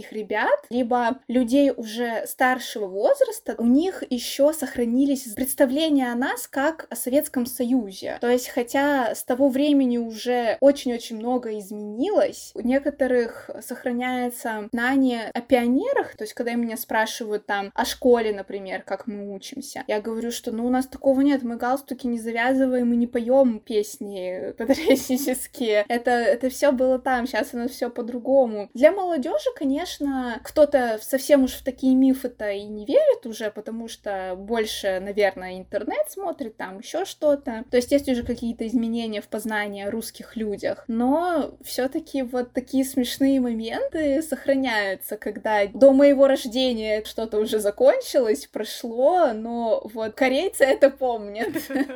ребят, либо людей уже старшего возраста, у них еще сохранились представления о нас как о Советском Союзе. То есть, хотя с того времени уже очень-очень много изменилось, у некоторых сохраняется знание о пионерах, то есть, когда меня спрашивают там о школе, например, как мы учимся, я говорю, что ну у нас такого нет, мы галстуки не завязываем и не поем песни патриотические. Это, это все было там, сейчас у нас все по-другому. Для молодежи, конечно, кто-то совсем уж в такие мифы-то и не верит уже, потому что больше, наверное, интернет смотрит, там еще что-то. То есть есть уже какие-то изменения в познании о русских людях. Но все-таки вот такие смешные моменты сохраняются, когда до моего рождения что-то уже закончилось, прошло, но вот корейцы это помнят.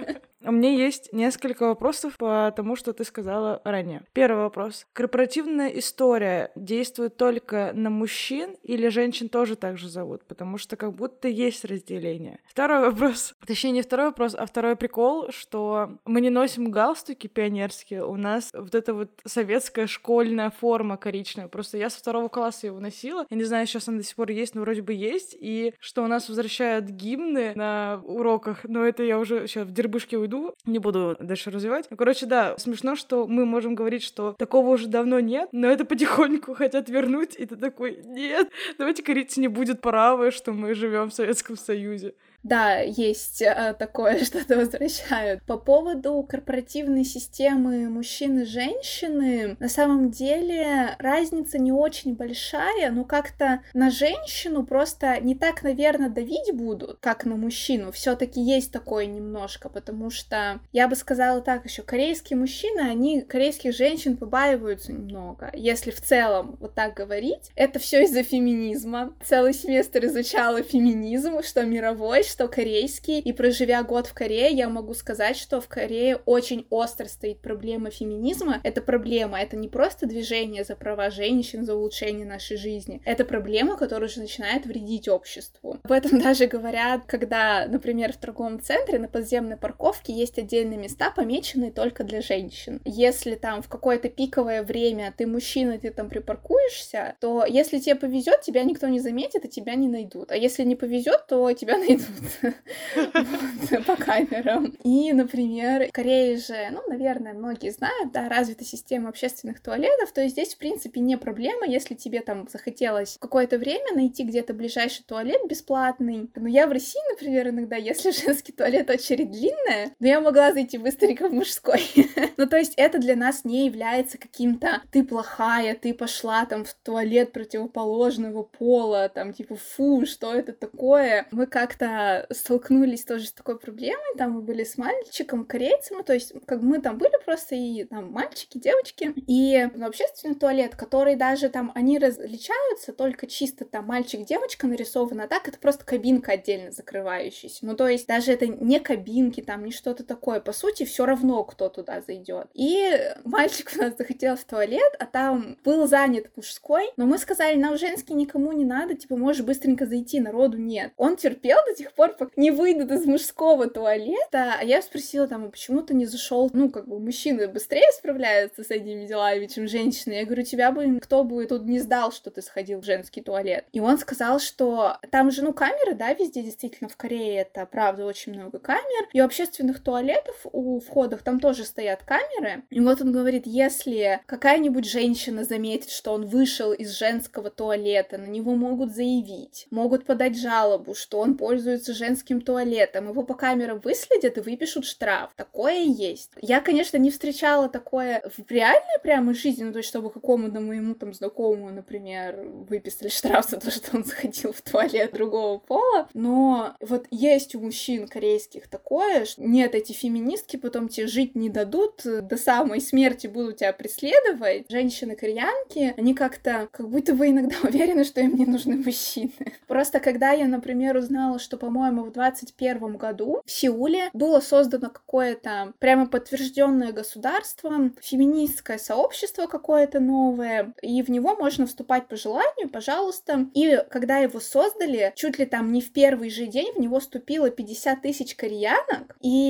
У меня есть несколько вопросов по тому, что ты сказала ранее. Первый вопрос. Корпоративная история действует только на мужчин или женщин тоже так же зовут? Потому что как будто есть разделение. Второй вопрос. Точнее, не второй вопрос, а второй прикол, что мы не носим галстуки пионерские. У нас вот эта вот советская школьная форма коричневая. Просто я со второго класса его носила. Я не знаю, сейчас она до сих пор есть, но вроде бы есть. И что у нас возвращают гимны на уроках. Но это я уже сейчас в дербышке уйду. Не буду дальше развивать. Ну, короче, да, смешно, что мы можем говорить, что такого уже давно нет, но это потихоньку хотят вернуть, и ты такой, нет, давайте корейцы не будет правы, что мы живем в Советском Союзе. Да, есть э, такое, что-то возвращают. По поводу корпоративной системы мужчин и женщины, на самом деле разница не очень большая, но как-то на женщину просто не так, наверное, давить будут, как на мужчину. Все-таки есть такое немножко, потому что я бы сказала так еще, корейские мужчины, они корейских женщин побаиваются немного. Если в целом вот так говорить, это все из-за феминизма. Целый семестр изучала феминизм, что мировой, что корейский, и проживя год в Корее, я могу сказать, что в Корее очень остро стоит проблема феминизма. Это проблема, это не просто движение за права женщин, за улучшение нашей жизни. Это проблема, которая уже начинает вредить обществу. Об этом даже говорят, когда, например, в торговом центре на подземной парковке есть отдельные места, помеченные только для женщин. Если там в какое-то пиковое время ты мужчина, ты там припаркуешься, то если тебе повезет, тебя никто не заметит и тебя не найдут. А если не повезет, то тебя найдут. По камерам. И, например, в Корее же, ну, наверное, многие знают, да, развита система общественных туалетов, то есть здесь, в принципе, не проблема, если тебе там захотелось в какое-то время найти где-то ближайший туалет бесплатный. Но я в России, например, иногда, если женский туалет очередь длинная, но я могла зайти быстренько в мужской. Ну, то есть это для нас не является каким-то «ты плохая, ты пошла там в туалет противоположного пола», там, типа, фу, что это такое? Мы как-то столкнулись тоже с такой проблемой, там мы были с мальчиком, корейцем, то есть как мы там были просто и там мальчики, девочки, и ну, общественный туалет, который даже там, они различаются только чисто там мальчик-девочка нарисовано, а так это просто кабинка отдельно закрывающаяся, ну то есть даже это не кабинки, там не что-то такое, по сути все равно, кто туда зайдет. И мальчик у нас захотел в туалет, а там был занят мужской, но мы сказали, нам женский никому не надо, типа можешь быстренько зайти, народу нет. Он терпел до тех пор, пока не выйдут из мужского туалета, а я спросила там, а почему ты не зашел? Ну, как бы мужчины быстрее справляются с этими делами, чем женщины. Я говорю, тебя бы кто бы тут не сдал, что ты сходил в женский туалет. И он сказал, что там же, ну, камеры, да, везде действительно в Корее это, правда, очень много камер. И у общественных туалетов, у входов, там тоже стоят камеры. И вот он говорит, если какая-нибудь женщина заметит, что он вышел из женского туалета, на него могут заявить, могут подать жалобу, что он пользуется женским туалетом, его по камерам выследят и выпишут штраф. Такое есть. Я, конечно, не встречала такое в реальной прямо жизни, ну, то есть, чтобы какому-то моему там знакомому, например, выписали штраф за то, что он заходил в туалет другого пола, но вот есть у мужчин корейских такое, что нет, эти феминистки потом тебе жить не дадут, до самой смерти будут тебя преследовать. Женщины-кореянки, они как-то, как будто бы иногда уверены, что им не нужны мужчины. Просто когда я, например, узнала, что, по-моему, в двадцать первом году в Сеуле было создано какое-то прямо подтвержденное государство, феминистское сообщество какое-то новое, и в него можно вступать по желанию, пожалуйста. И когда его создали, чуть ли там не в первый же день в него вступило пятьдесят тысяч кореянок, и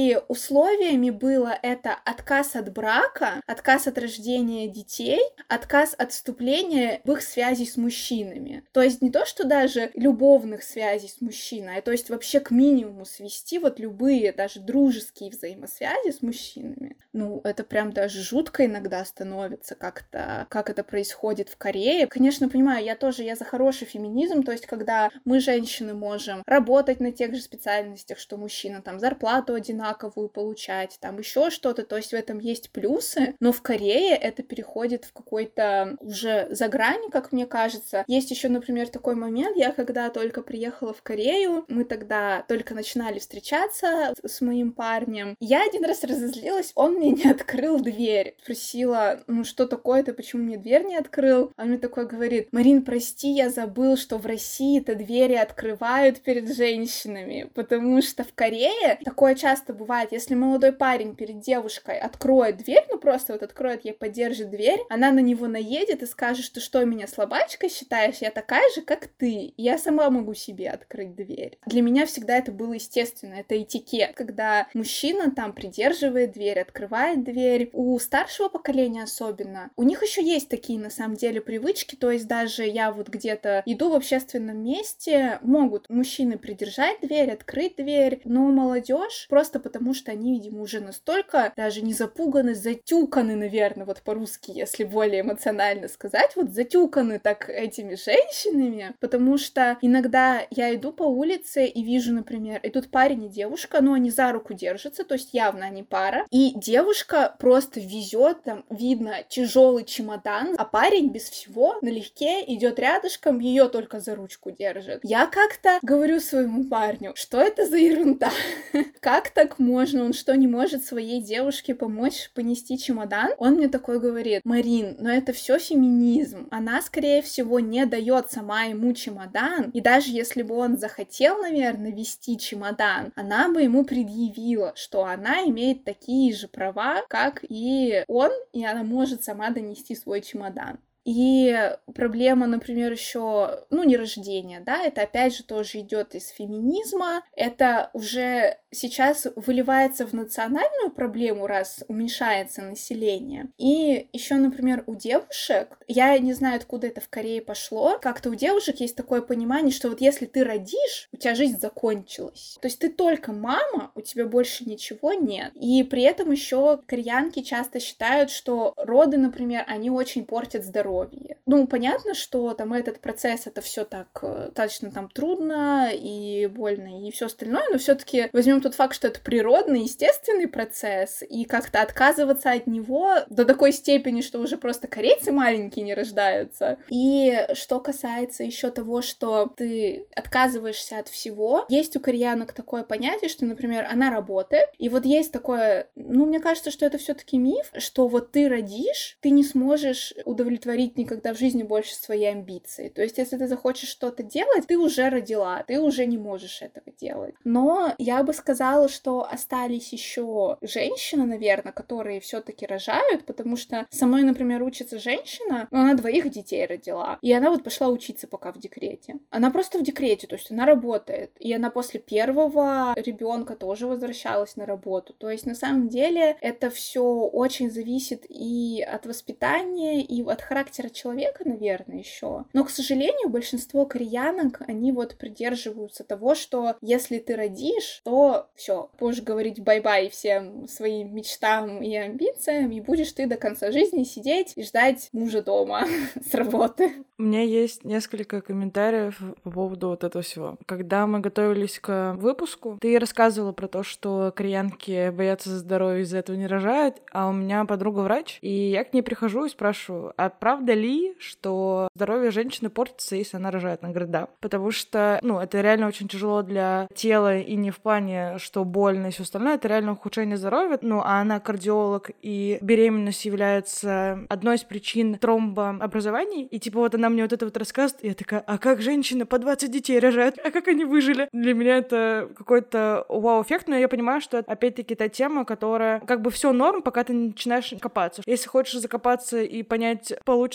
И условиями было это отказ от брака, отказ от рождения детей, отказ от вступления в их связи с мужчинами. То есть не то, что даже любовных связей с мужчиной, а то есть вообще к минимуму свести вот любые, даже дружеские взаимосвязи с мужчинами. Ну, это прям даже жутко иногда становится как-то, как это происходит в Корее. Конечно, понимаю, я тоже, я за хороший феминизм, то есть когда мы, женщины, можем работать на тех же специальностях, что мужчина, там, зарплату одинаковую получать, там, еще что-то, то есть в этом есть плюсы, но в Корее это переходит в какой-то уже за грань, как мне кажется. Есть еще, например, такой момент, я когда только приехала в Корею, мы тогда только начинали встречаться с моим парнем, я один раз разозлилась, он мне не открыл дверь. Спросила, ну что такое, ты почему мне дверь не открыл? Он мне такой говорит: Марин, прости, я забыл, что в России-то двери открывают перед женщинами, потому что в Корее такое часто бывает, если молодой парень перед девушкой откроет дверь, ну просто вот откроет ей, подержит дверь, она на него наедет и скажет, что что, меня слабачкой считаешь? Я такая же, как ты, и я сама могу себе открыть дверь. Для меня всегда это было естественно, это этикет, когда мужчина там придерживает дверь, открывает дверь. У старшего поколения особенно, у них еще есть такие, на самом деле, привычки, то есть даже я вот где-то иду в общественном месте, могут мужчины придержать дверь, открыть дверь, но молодежь просто потому, что они, видимо, уже настолько даже не запуганы, затюканы, наверное, вот по-русски, если более эмоционально сказать, вот затюканы так этими женщинами, потому что иногда я иду по улице и вижу, например, идут парень и девушка, но они за руку держатся, то есть явно они пара, и девушка просто везет, там видно тяжелый чемодан, а парень без всего налегке идет рядышком, ее только за ручку держит. Я как-то говорю своему парню, что это за ерунда? Как так можно? Он что, не может своей девушке помочь понести чемодан? Он мне такой говорит: Марин, но это все феминизм. Она, скорее всего, не дает сама ему чемодан, и даже если бы он захотел, наверное, вести чемодан, она бы ему предъявила, что она имеет такие же права, как и он, и она может сама донести свой чемодан. И проблема, например, еще, ну, не рождение, да, это опять же тоже идет из феминизма, это уже сейчас выливается в национальную проблему, раз уменьшается население. И еще, например, у девушек, я не знаю, откуда это в Корее пошло, как-то у девушек есть такое понимание, что вот если ты родишь, у тебя жизнь закончилась. То есть ты только мама, у тебя больше ничего нет. И при этом еще кореянки часто считают, что роды, например, они очень портят здоровье. Ну, понятно, что там этот процесс, это все так достаточно там трудно и больно и все остальное, но все-таки возьмем тот факт, что это природный, естественный процесс, и как-то отказываться от него до такой степени, что уже просто корейцы маленькие не рождаются. И что касается еще того, что ты отказываешься от всего, есть у кореянок такое понятие, что, например, она работает, и вот есть такое, ну, мне кажется, что это все-таки миф, что вот ты родишь, ты не сможешь удовлетворить никогда в жизни больше свои амбиции. То есть, если ты захочешь что-то делать, ты уже родила, ты уже не можешь этого делать. Но я бы сказала, что остались еще женщины, наверное, которые все-таки рожают, потому что со мной, например, учится женщина, но она двоих детей родила, и она вот пошла учиться пока в декрете. Она просто в декрете, то есть она работает, и она после первого ребенка тоже возвращалась на работу. То есть, на самом деле, это все очень зависит и от воспитания, и от характера человека, наверное, еще. Но, к сожалению, большинство кореянок, они вот придерживаются того, что если ты родишь, то все, будешь говорить бай-бай всем своим мечтам и амбициям, и будешь ты до конца жизни сидеть и ждать мужа дома с работы. У меня есть несколько комментариев по поводу вот этого всего. Когда мы готовились к выпуску, ты рассказывала про то, что кореянки боятся за здоровье, из-за этого не рожают, а у меня подруга врач, и я к ней прихожу и спрашиваю, а правда ли, что здоровье женщины портится, если она рожает? Она говорит, да. Потому что, ну, это реально очень тяжело для тела, и не в плане, что больно и все остальное, это реально ухудшение здоровья. Ну, а она кардиолог, и беременность является одной из причин тромбообразований, и типа вот она мне вот это вот рассказывает, и я такая, а как женщины по двадцать детей рожают? А как они выжили? Для меня это какой-то вау-эффект, но я понимаю, что это опять-таки та тема, которая как бы все норм, пока ты начинаешь копаться. Если хочешь закопаться и понять, получится ли у тебя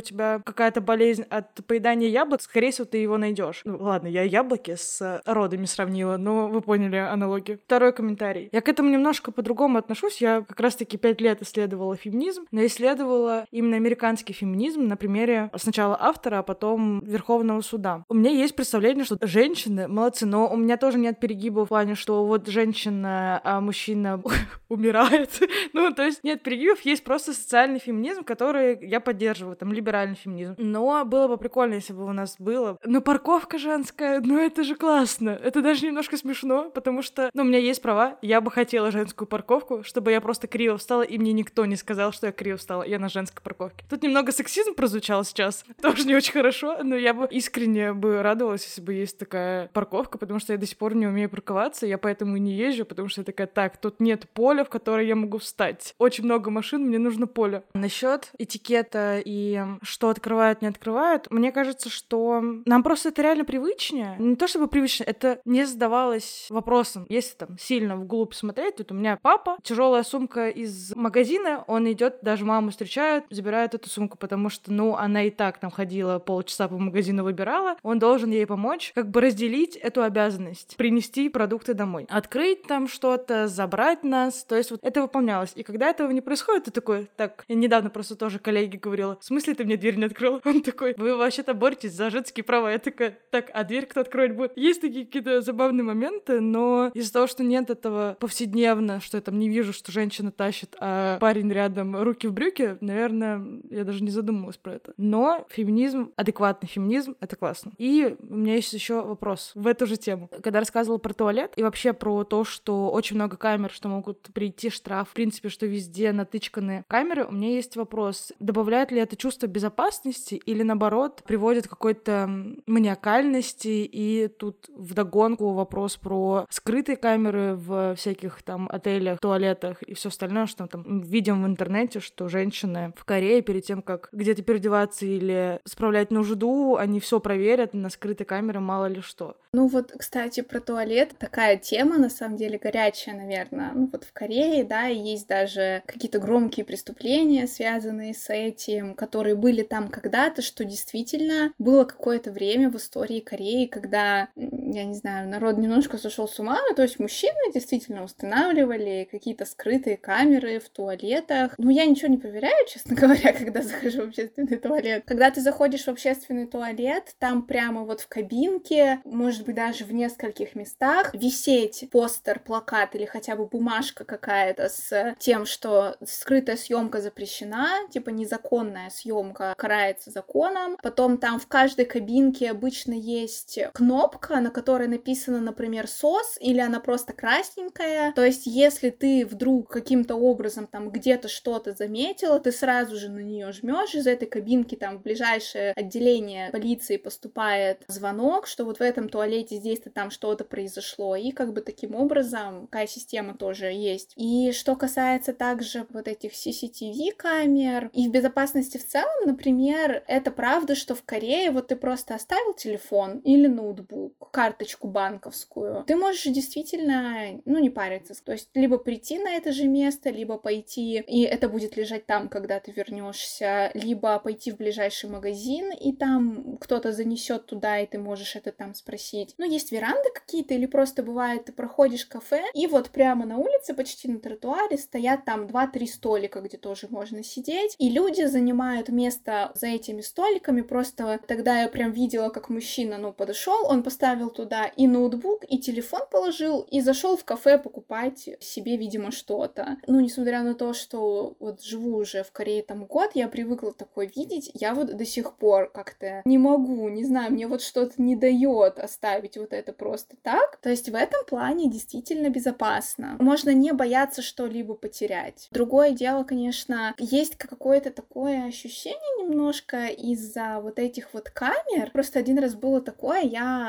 тебя какая-то болезнь от поедания яблок, скорее всего, ты его найдешь. Ну, ладно, я яблоки с родами сравнила, но вы поняли аналогию. Второй комментарий. Я к этому немножко по-другому отношусь. Я как раз-таки пять лет исследовала феминизм, но исследовала именно американский феминизм на примере сначала автора, а потом Верховного суда. У меня есть представление, что женщины молодцы, но у меня тоже нет перегиба в плане, что вот женщина, а мужчина умирает. Ну, то есть нет перегибов, есть просто социальный феминизм, который я поддерживаю, там, либеральный феминизм. Но было бы прикольно, если бы у нас было. Но парковка женская, ну это же классно. Это даже немножко смешно, потому что, ну, у меня есть права, я бы хотела женскую парковку, чтобы я просто криво встала, и мне никто не сказал, что я криво встала, я на женской парковке. Тут немного сексизм прозвучал сейчас, тоже не очень хорошо, но я бы искренне бы радовалась, если бы есть такая парковка, потому что я до сих пор не умею парковаться, я поэтому и не езжу, потому что я такая, так, тут нет поля, в которое я могу встать. Очень много машин, мне нужно поле. Насчет этикета и что открывают, не открывают, мне кажется, что нам просто это реально привычнее. Не то чтобы привычно, это не задавалось вопросом. Если там сильно вглубь смотреть, тут у меня папа, тяжелая сумка из магазина, он идет, даже маму встречает, забирает эту сумку, потому что, ну, она и так там ходила полчаса по магазину, выбирала, он должен ей помочь, как бы разделить эту обязанность, принести продукты домой, открыть там что-то, забрать нас, то есть вот это выполнялось. И когда этого не происходит, ты такой, так, я недавно просто тоже коллеге говорила, в смысле ты мне дверь не открыл? Он такой, вы вообще-то боретесь за женские права. Я такая, так, а дверь кто откроет будет? Есть такие какие-то забавные моменты, но из-за того, что нет этого повседневно, что я там не вижу, что женщина тащит, а парень рядом руки в брюки, наверное, я даже не задумывалась про это. Но феминизм, адекватный феминизм, это классно. И у меня есть еще вопрос в эту же тему. Когда рассказывала про туалет и вообще про то, что очень много камер, что могут прийти штраф, в принципе, что везде натычканы камеры, у меня есть вопрос. Добавляет ли это чувство безопасности или, наоборот, приводит к какой-то маниакальности? И тут вдогонку вопрос про скрытые камеры в всяких там отелях, туалетах и все остальное, что там видим в интернете, что женщины в Корее перед тем, как где-то переодеваться или справлять нужду, они все проверят на скрытой камере, мало ли что. Ну вот, кстати, про туалет. Такая тема, на самом деле, горячая, наверное. Ну вот в Корее, да, и есть даже какие-то громкие преступления, связанные с этим, которые были там когда-то, что действительно было какое-то время в истории Кореи, когда, я не знаю, народ немножко сошел с ума, ну, то есть мужчины действительно устанавливали какие-то скрытые камеры в туалетах. Ну, я ничего не проверяю, честно говоря, когда захожу в общественный туалет. Когда ты заходишь в общественный туалет, там прямо вот в кабинке, может быть, даже в нескольких местах висеть постер, плакат или хотя бы бумажка какая-то с тем, что скрытая съемка запрещена, типа незаконная съемка карается законом. Потом там в каждой кабинке обычно есть кнопка, на которой написано, например, сос, или она просто красненькая. То есть, если ты вдруг каким-то образом там где-то что-то заметила, ты сразу же на нее жмешь, из этой кабинки там в ближайшее отделение полиции поступает звонок, что вот в этом туалете здесь-то там что-то произошло, и как бы таким образом такая система тоже есть. И что касается также вот этих си си ти ви камер и в безопасности в целом, например, это правда, что в Корее вот ты просто оставил телефон или ноутбук, карточку банковскую, ты можешь действительно, ну, не париться, то есть либо прийти на это же место, либо пойти, и это будет лежать там, когда ты вернешься, либо пойти в ближайший магазин, и там кто-то занесет туда, и ты можешь это там спросить. Ну, есть веранды какие-то, или просто бывает, ты проходишь кафе, и вот прямо на улице, почти на тротуаре, стоят там два-три столика, где тоже можно сидеть, и люди занимают место за этими столиками. Просто тогда я прям видела, как мужчина, ну, подошел, он поставил туда и ноутбук, и телефон положил, и зашел в кафе покупать себе, видимо, что-то. Ну, несмотря на то, что вот живу уже в Корее там год, я привыкла такое видеть, я вот до сих пор как-то не могу, не знаю, мне вот что-то не дает оставить вот это просто так. То есть в этом плане действительно безопасно. Можно не бояться что-либо потерять. Другое дело, конечно, есть какое-то такое ощущение немножко из-за вот этих вот камер. Просто один раз было такое, я в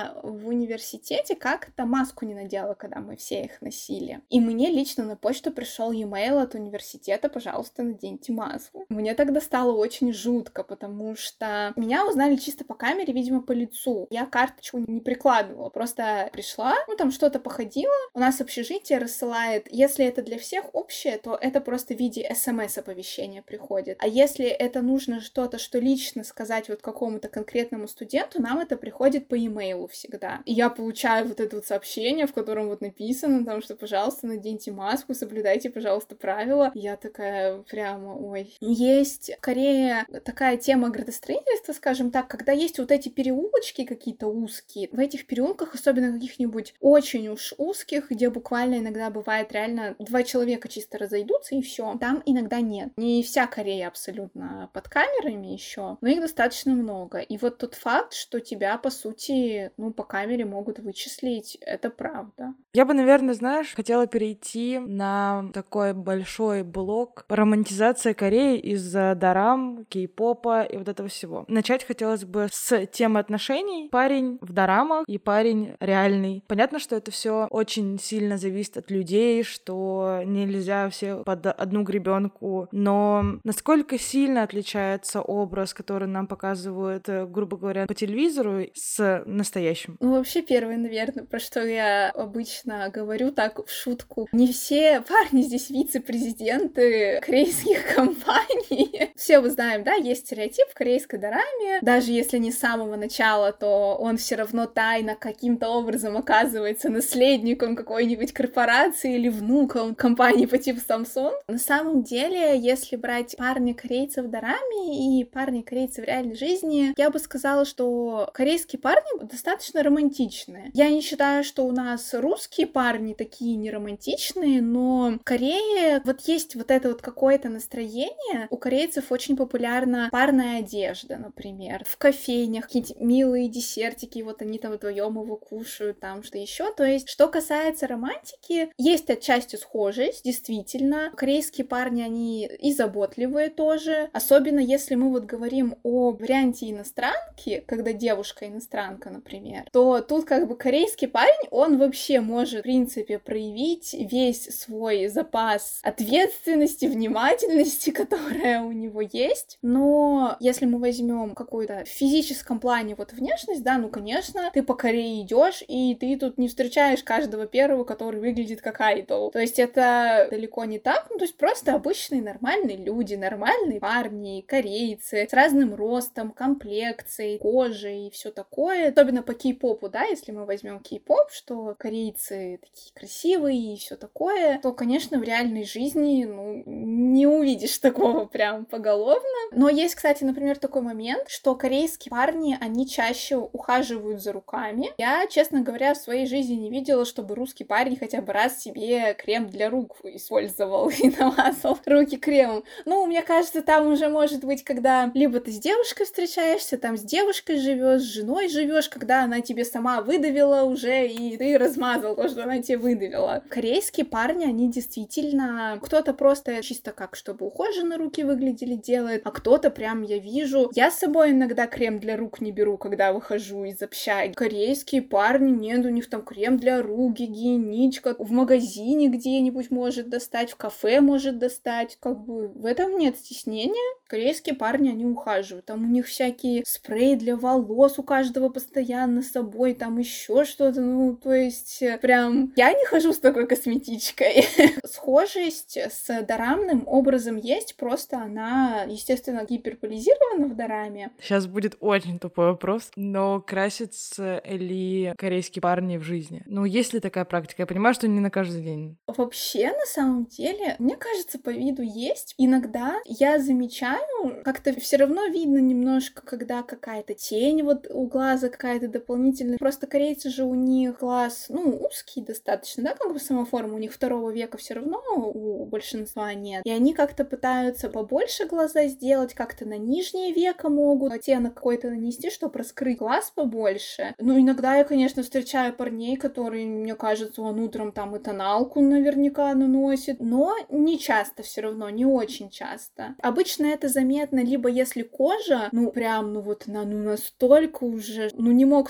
университете как-то маску не надела, когда мы все их носили. И мне лично на почту пришел e-mail от университета: пожалуйста, наденьте маску. Мне тогда стало очень жутко, потому что меня узнали чисто по камере, видимо, по лицу. Я карточку не прикладывала, просто пришла, ну там что-то походила. У нас общежитие рассылает, если это для всех общее, то это просто в виде смс-оповещения приходит. А если это нужно что-то, что лично сказать вот какому-то конкретному студенту, нам это приходит по e-mail всегда. И я получаю вот это вот сообщение, в котором вот написано там, что, пожалуйста, наденьте маску, соблюдайте, пожалуйста, правила. Я такая прямо, ой. Есть скорее такая тема градостроительства, скажем так, когда есть вот эти переулочки какие-то узкие. В этих переулках, особенно каких-нибудь очень уж узких, где буквально иногда бывает реально два человека чисто разойдутся и все. Там иногда нет. Не вся Корея абсолютно под камерами еще, но их достаточно много. И вот тот факт, что тебя, по сути, ну, по камере могут вычислить, это правда. Я бы, наверное, знаешь, хотела перейти на такой большой блок романтизация Кореи из-за дорам, кей-попа и вот этого всего. Начать хотелось бы с темы отношений. Парень в дорамах и парень реальный. Понятно, что это все очень сильно зависит от людей, что нельзя все под одну гребенку, но насколько сильно отличается образ, который нам показывают, грубо говоря, по телевизору, с настоящим? Ну, вообще, первое, наверное, про что я обычно говорю так в шутку. Не все парни здесь вице-президенты корейских компаний. Все мы знаем, да, есть стереотип в корейской дораме. Даже если не с самого начала, то он все равно тайно каким-то образом оказывается наследником какой-нибудь корпорации или внуком компании по типу Samsung. На самом деле, если брать парня корейцев в дораме и парня корейцев в реальной жизни, я бы сказала, что корейские парни достаточно романтичные. Я не считаю, что у нас русские парни такие неромантичные, но в Корее вот есть вот это вот какое-то настроение. У корейцев очень популярна парная одежда, например. В кофейнях какие-то милые десертики, вот они там вдвоем его кушают, там что еще. То есть, что касается романтики, есть отчасти схожесть, действительно. Корейские парни, они и заботливые тоже. Особенно если мы вот говорим о варианте иностранки, когда девушка иностранка, например, то тут как бы корейский парень, он вообще может, в принципе, проявить весь свой запас ответственности, внимательности, которая у него есть. Но если мы возьмем какую-то в физическом плане вот внешность, да, ну, конечно, ты по Корее идешь, и ты тут не встречаешь каждого первого, который выглядит как айдол. То есть это далеко не так, ну, то есть просто обычные нормальные люди, нормальные парни, корейцы, с разным ростом, комплекцией, кожей и все такое. Особенно по кей-попу, да, если мы возьмем кей-поп, что корейцы такие красивые и все такое, то, конечно, в реальной жизни, ну, не увидишь такого прям поголовно. Но есть, кстати, например, такой момент, что корейские парни, они чаще ухаживают за руками. Я, честно говоря, в своей жизни не видела, чтобы русский парень хотя бы раз себе крем для рук использовал и намазал руки кремом. Ну, мне кажется, там уже может быть, когда либо ты с девушкой встречаешься, там с девушкой живешь, с женой живешь, когда она тебе сама выдавила уже, и ты размазал то, что она тебе выдавила. Корейские парни, они действительно... Кто-то просто чисто как, чтобы ухоженно руки выглядели, делает, а кто-то прям, я вижу... Я с собой иногда крем для рук не беру, когда выхожу из общаги. Корейские парни, нет, у них там крем для рук, гигиеничка, в магазине где-нибудь может достать, в кафе может достать. Как бы в этом нет стеснения. Корейские парни, они ухаживают. Там у них всякие спреи для волос у каждого постоянно с собой, там еще что-то, ну, то есть, прям... Я не хожу с такой косметичкой. Схожесть с дорамным образом есть, просто она, естественно, гиперболизирована в дораме. Сейчас будет очень тупой вопрос, но красятся ли корейские парни в жизни? Ну, есть ли такая практика? Я понимаю, что не на каждый день. Вообще, на самом деле, мне кажется, по виду есть. Иногда я замечаю, как-то все равно видно немножко, когда какая-то тень вот у глаза какая-то дополнительная. Просто корейцы же, у них глаз, ну, узкий достаточно, да, как бы сама форма у них второго века все равно у большинства нет. И они как-то пытаются побольше глаза сделать, как-то на нижнее веко могут оттенок какой-то нанести, чтобы раскрыть глаз побольше. Ну, иногда я, конечно, встречаю парней, которые, мне кажется, он утром там и тоналку наверняка наносит, но не часто все равно, не очень часто. Обычно это заметно либо если кожа, ну, прям, ну, вот она, ну, настолько уже, ну, не мог ты родиться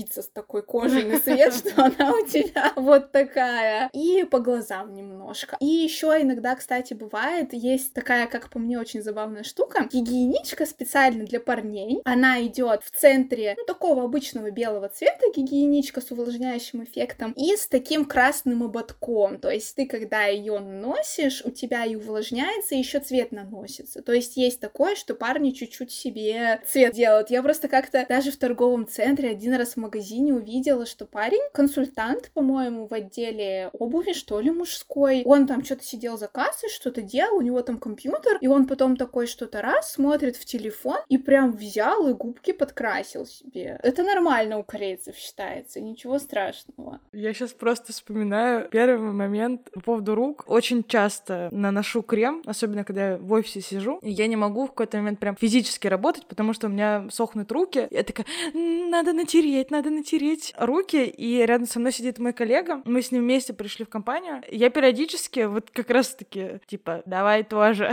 садится с такой кожей на свет, что она у тебя вот такая. И по глазам немножко. И еще иногда, кстати, бывает, есть такая, как по мне, очень забавная штука. Гигиеничка специально для парней. Она идет в центре, ну, такого обычного белого цвета, гигиеничка с увлажняющим эффектом, и с таким красным ободком. То есть ты, когда ее наносишь, у тебя и увлажняется, и еще цвет наносится. То есть есть такое, что парни чуть-чуть себе цвет делают. Я просто как-то даже в торговом центре один раз в магазине увидела, что парень, консультант, по-моему, в отделе обуви, что ли, мужской, он там что-то сидел за кассой, что-то делал, у него там компьютер, и он потом такой что-то раз смотрит в телефон и прям взял и губки подкрасил себе. Это нормально у корейцев считается, ничего страшного. Я сейчас просто вспоминаю первый момент по поводу рук. Очень часто наношу крем, особенно когда я в офисе сижу, и я не могу в какой-то момент прям физически работать, потому что у меня сохнут руки. Я такая, надо натереть, надо натереть руки, и рядом со мной сидит мой коллега, мы с ним вместе пришли в компанию. Я периодически вот как раз-таки, типа, давай тоже.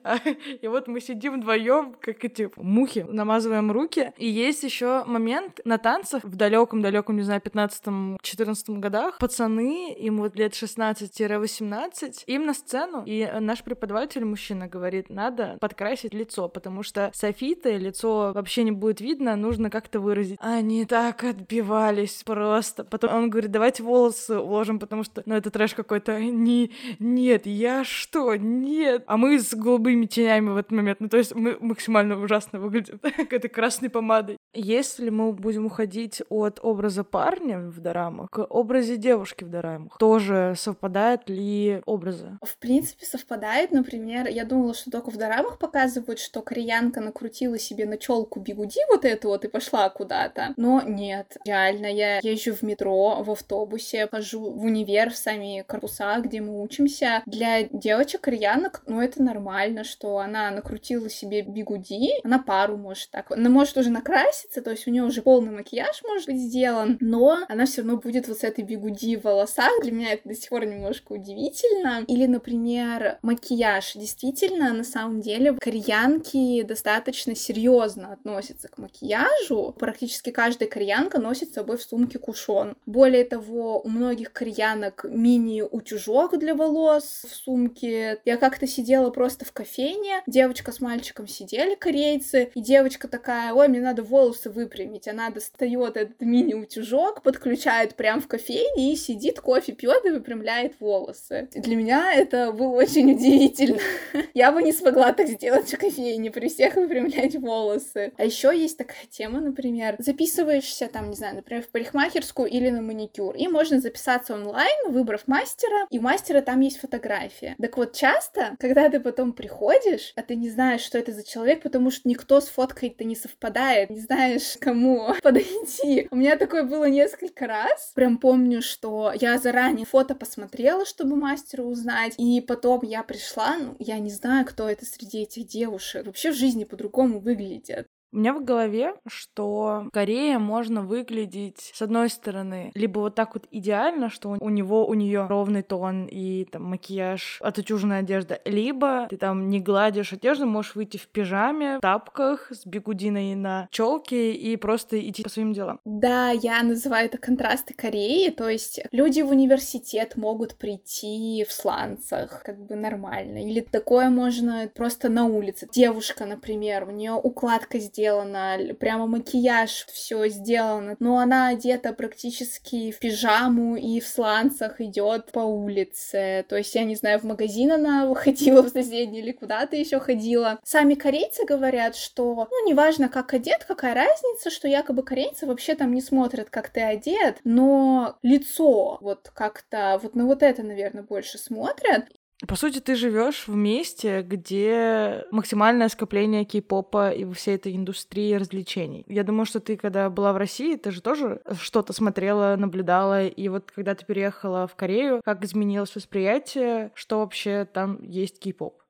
И вот мы сидим вдвоем, как эти мухи, намазываем руки. И есть еще момент на танцах в далеком-далеком, не знаю, пятнадцатом-четырнадцатом годах. Пацаны, им вот лет шестнадцать-восемнадцать, им на сцену, и наш преподаватель, мужчина, говорит, надо подкрасить лицо, потому что софиты лицо вообще не будет видно, нужно как-то выразить. Они так отбивались просто. Потом он говорит, давайте волосы уложим, потому что, ну, это трэш какой-то. Не, нет, я что? Нет. А мы с голубыми тенями в этот момент. Ну, то есть мы максимально ужасно выглядим этой красной помадой. Если мы будем уходить от образа парня в дорамах к образе девушки в дорамах, тоже совпадают ли образы? В принципе, совпадает. Например, я думала, что только в дорамах показывают, что кореянка накрутила себе на челку бигуди вот эту вот и пошла куда-то. Но нет, реально, я езжу в метро, в автобусе, хожу в универ, в сами корпуса, где мы учимся. Для девочек-кореянок, ну, это нормально, что она накрутила себе бигуди, она пару может так. Она может уже накраситься, то есть у нее уже полный макияж может быть сделан, но она все равно будет вот с этой бигуди в волосах. Для меня это до сих пор немножко удивительно. Или, например, макияж. Действительно, на самом деле, кореянки достаточно серьезно относятся к макияжу. Практически каждая кореянка носит с собой в сумке кушон. Более того, у многих кореянок мини-утюжок для волос в сумке. Я как-то сидела просто в кофейне, девочка с мальчиком сидели, корейцы, и девочка такая, ой, мне надо волосы выпрямить. Она достает этот мини-утюжок, подключает прям в кофейне и сидит, кофе пьет и выпрямляет волосы. Для меня это было очень удивительно. Я бы не смогла так сделать в кофейне, при всех выпрямлять волосы. А еще есть такая тема, например, записываешься там, не знаю, например, в парикмахерскую или на маникюр, и можно записаться онлайн, выбрав мастера, и у мастера там есть фотография. Так вот, часто, когда ты потом приходишь, а ты не знаешь, что это за человек, потому что никто с фоткой-то не совпадает, не знаешь, кому подойти. У меня такое было несколько раз. Прям помню, что я заранее фото посмотрела, чтобы мастера узнать, и потом я пришла, ну, я не знаю, кто это среди этих девушек. Вообще в жизни по-другому выглядят. У меня в голове, что в Корее можно выглядеть, с одной стороны, либо вот так вот идеально, что у него, у нее ровный тон и там макияж, отутюженная одежда, либо ты там не гладишь одежду, можешь выйти в пижаме, в тапках, с бигудиной на челке и просто идти по своим делам. Да, я называю это контрасты Кореи, то есть люди в университет могут прийти в сланцах, как бы нормально, или такое можно просто на улице. Девушка, например, у нее укладка сделана, прямо макияж, все сделано, но она одета практически в пижаму и в сланцах идет по улице. То есть, я не знаю, в магазин она ходила в соседний или куда-то еще ходила. Сами корейцы говорят, что, ну, неважно, как одет, какая разница, что якобы корейцы вообще там не смотрят, как ты одет, но лицо вот как-то, вот на вот это, наверное, больше смотрят. По сути, ты живешь в месте, где максимальное скопление кей-попа и всей этой индустрии развлечений. Я думаю, что ты, когда была в России, ты же тоже что-то смотрела, наблюдала, и вот когда ты переехала в Корею, как изменилось восприятие, что вообще там есть кей-поп?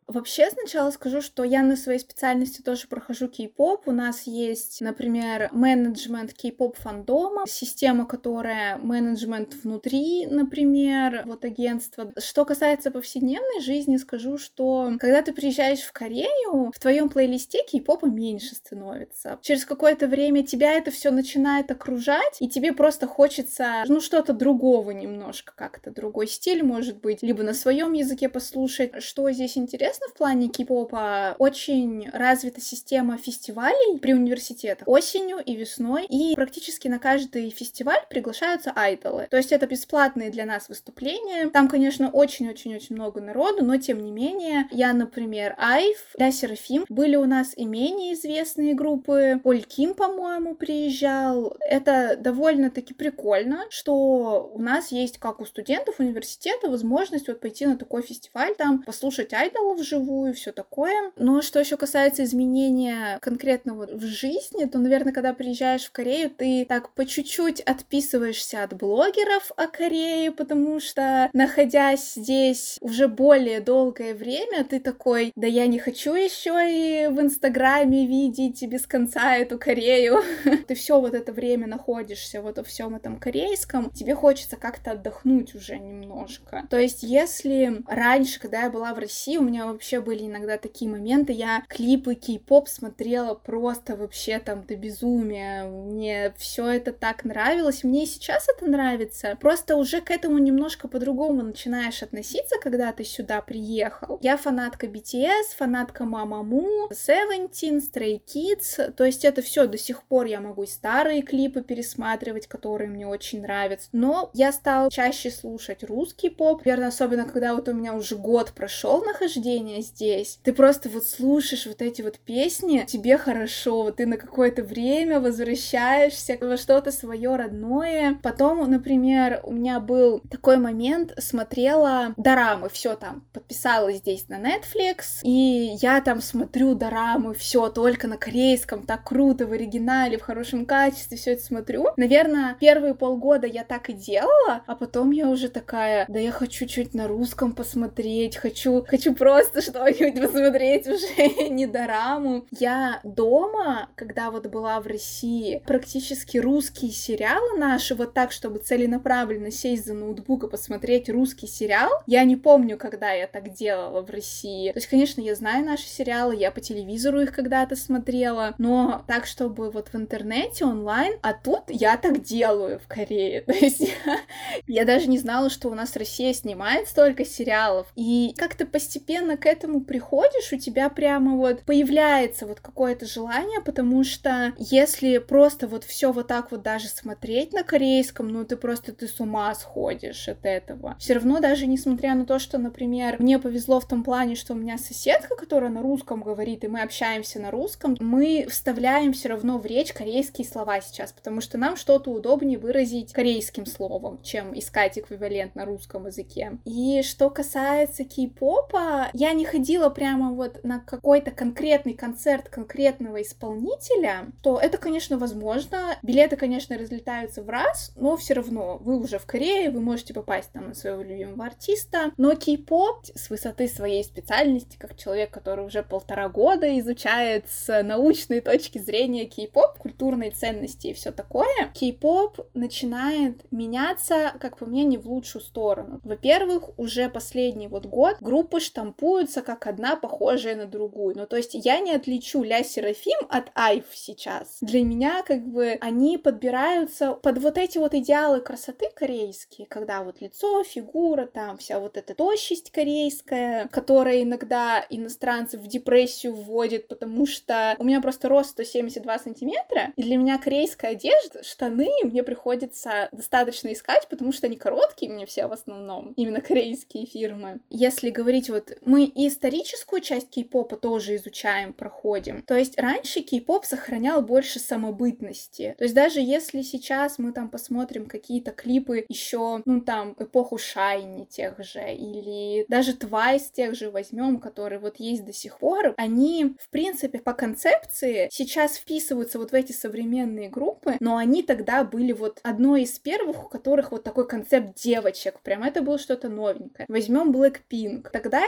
Вообще, сначала скажу, что я на своей специальности тоже прохожу кей-поп. У нас есть, например, менеджмент кей-поп фандома, система, которая менеджмент внутри, например, вот агентство. Что касается повседневной жизни, скажу, что когда ты приезжаешь в Корею, в твоем плейлисте кей-попа меньше становится. Через какое-то время тебя это все начинает окружать, и тебе просто хочется, ну, что-то другого немножко, как-то другой стиль, может быть, либо на своем языке послушать. Что здесь интересно в плане кей-попа? Очень развита система фестивалей при университетах осенью и весной, и практически на каждый фестиваль приглашаются айдолы. То есть это бесплатные для нас выступления. Там, конечно, очень-очень-очень много народу, но тем не менее, я, например, Айв, Ля Серафим, были у нас и менее известные группы. Поль Ким, по-моему, приезжал. Это довольно-таки прикольно, что у нас есть, как у студентов университета, возможность вот пойти на такой фестиваль, там послушать айдолов вживую, все такое. Но что еще касается изменения конкретного в жизни, то, наверное, когда приезжаешь в Корею, ты так по чуть-чуть отписываешься от блогеров о Корее, потому что, находясь здесь уже более долгое время, ты такой: да я не хочу еще и в Инстаграме видеть без конца эту Корею. Ты все вот это время находишься вот во всем этом корейском, тебе хочется как-то отдохнуть уже немножко. То есть, если раньше, когда я была в России, у меня вообще были иногда такие моменты, я клипы кей-поп смотрела просто вообще там до безумия, мне все это так нравилось, мне и сейчас это нравится, просто уже к этому немножко по-другому начинаешь относиться, когда ты сюда приехал. Я фанатка би ти эс, фанатка Mamamoo, Seventeen, Stray Kids, то есть это все до сих пор я могу и старые клипы пересматривать, которые мне очень нравятся, но я стала чаще слушать русский поп, наверное, особенно когда вот у меня уже год прошел нахождение здесь, ты просто вот слушаешь вот эти вот песни, тебе хорошо, вот ты на какое-то время возвращаешься во что-то свое родное. Потом, например, у меня был такой момент, смотрела дорамы, все там, подписалась здесь на Netflix, и я там смотрю дорамы, все только на корейском, так круто, в оригинале, в хорошем качестве, все это смотрю. Наверное, первые полгода я так и делала, а потом я уже такая: да я хочу чуть на русском посмотреть, хочу, хочу просто что-нибудь посмотреть, уже не дораму. Я дома, когда вот была в России, практически русские сериалы наши, вот так, чтобы целенаправленно сесть за ноутбук и посмотреть русский сериал, я не помню, когда я так делала в России. То есть, конечно, я знаю наши сериалы, я по телевизору их когда-то смотрела, но так, чтобы вот в интернете, онлайн, а тут я так делаю в Корее. То есть я, я даже не знала, что у нас Россия снимает столько сериалов. И как ты постепенно к этому приходишь, у тебя прямо вот появляется вот какое-то желание, потому что если просто вот все вот так вот даже смотреть на корейском, ну ты просто ты с ума сходишь от этого. Все равно, даже несмотря на то, что, например, мне повезло в том плане, что у меня соседка, которая на русском говорит, и мы общаемся на русском, мы вставляем все равно в речь корейские слова сейчас, потому что нам что-то удобнее выразить корейским словом, чем искать эквивалент на русском языке. И что касается кей-попа, я не ходила прямо вот на какой-то конкретный концерт конкретного исполнителя, то это, конечно, возможно. Билеты, конечно, разлетаются в раз, но все равно вы уже в Корее, вы можете попасть там на своего любимого артиста. Но кей-поп с высоты своей специальности, как человек, который уже полтора года изучает с научной точки зрения кей-поп, культурные ценности и все такое, кей-поп начинает меняться, как по мне, не в лучшую сторону. Во-первых, уже последний вот год группы штампуются как одна похожая на другую. Ну, то есть я не отличу Ля Серафим от Айв сейчас. Для меня, как бы, они подбираются под вот эти вот идеалы красоты корейские, когда вот лицо, фигура, там вся вот эта тощесть корейская, которая иногда иностранцев в депрессию вводит, потому что у меня просто рост сто семьдесят два сантиметра, и для меня корейская одежда, штаны мне приходится достаточно искать, потому что они короткие мне все в основном, именно корейские фирмы. Если говорить вот, мы и историческую часть кей-попа тоже изучаем, проходим. То есть раньше кей-поп сохранял больше самобытности. То есть даже если сейчас мы там посмотрим какие-то клипы еще, ну там, эпоху Шайни тех же, или даже Твайс тех же возьмем, которые вот есть до сих пор, они, в принципе, по концепции сейчас вписываются вот в эти современные группы, но они тогда были вот одной из первых, у которых вот такой концепт девочек. Прям это было что-то новенькое. Возьмем Blackpink. Тогда это тоже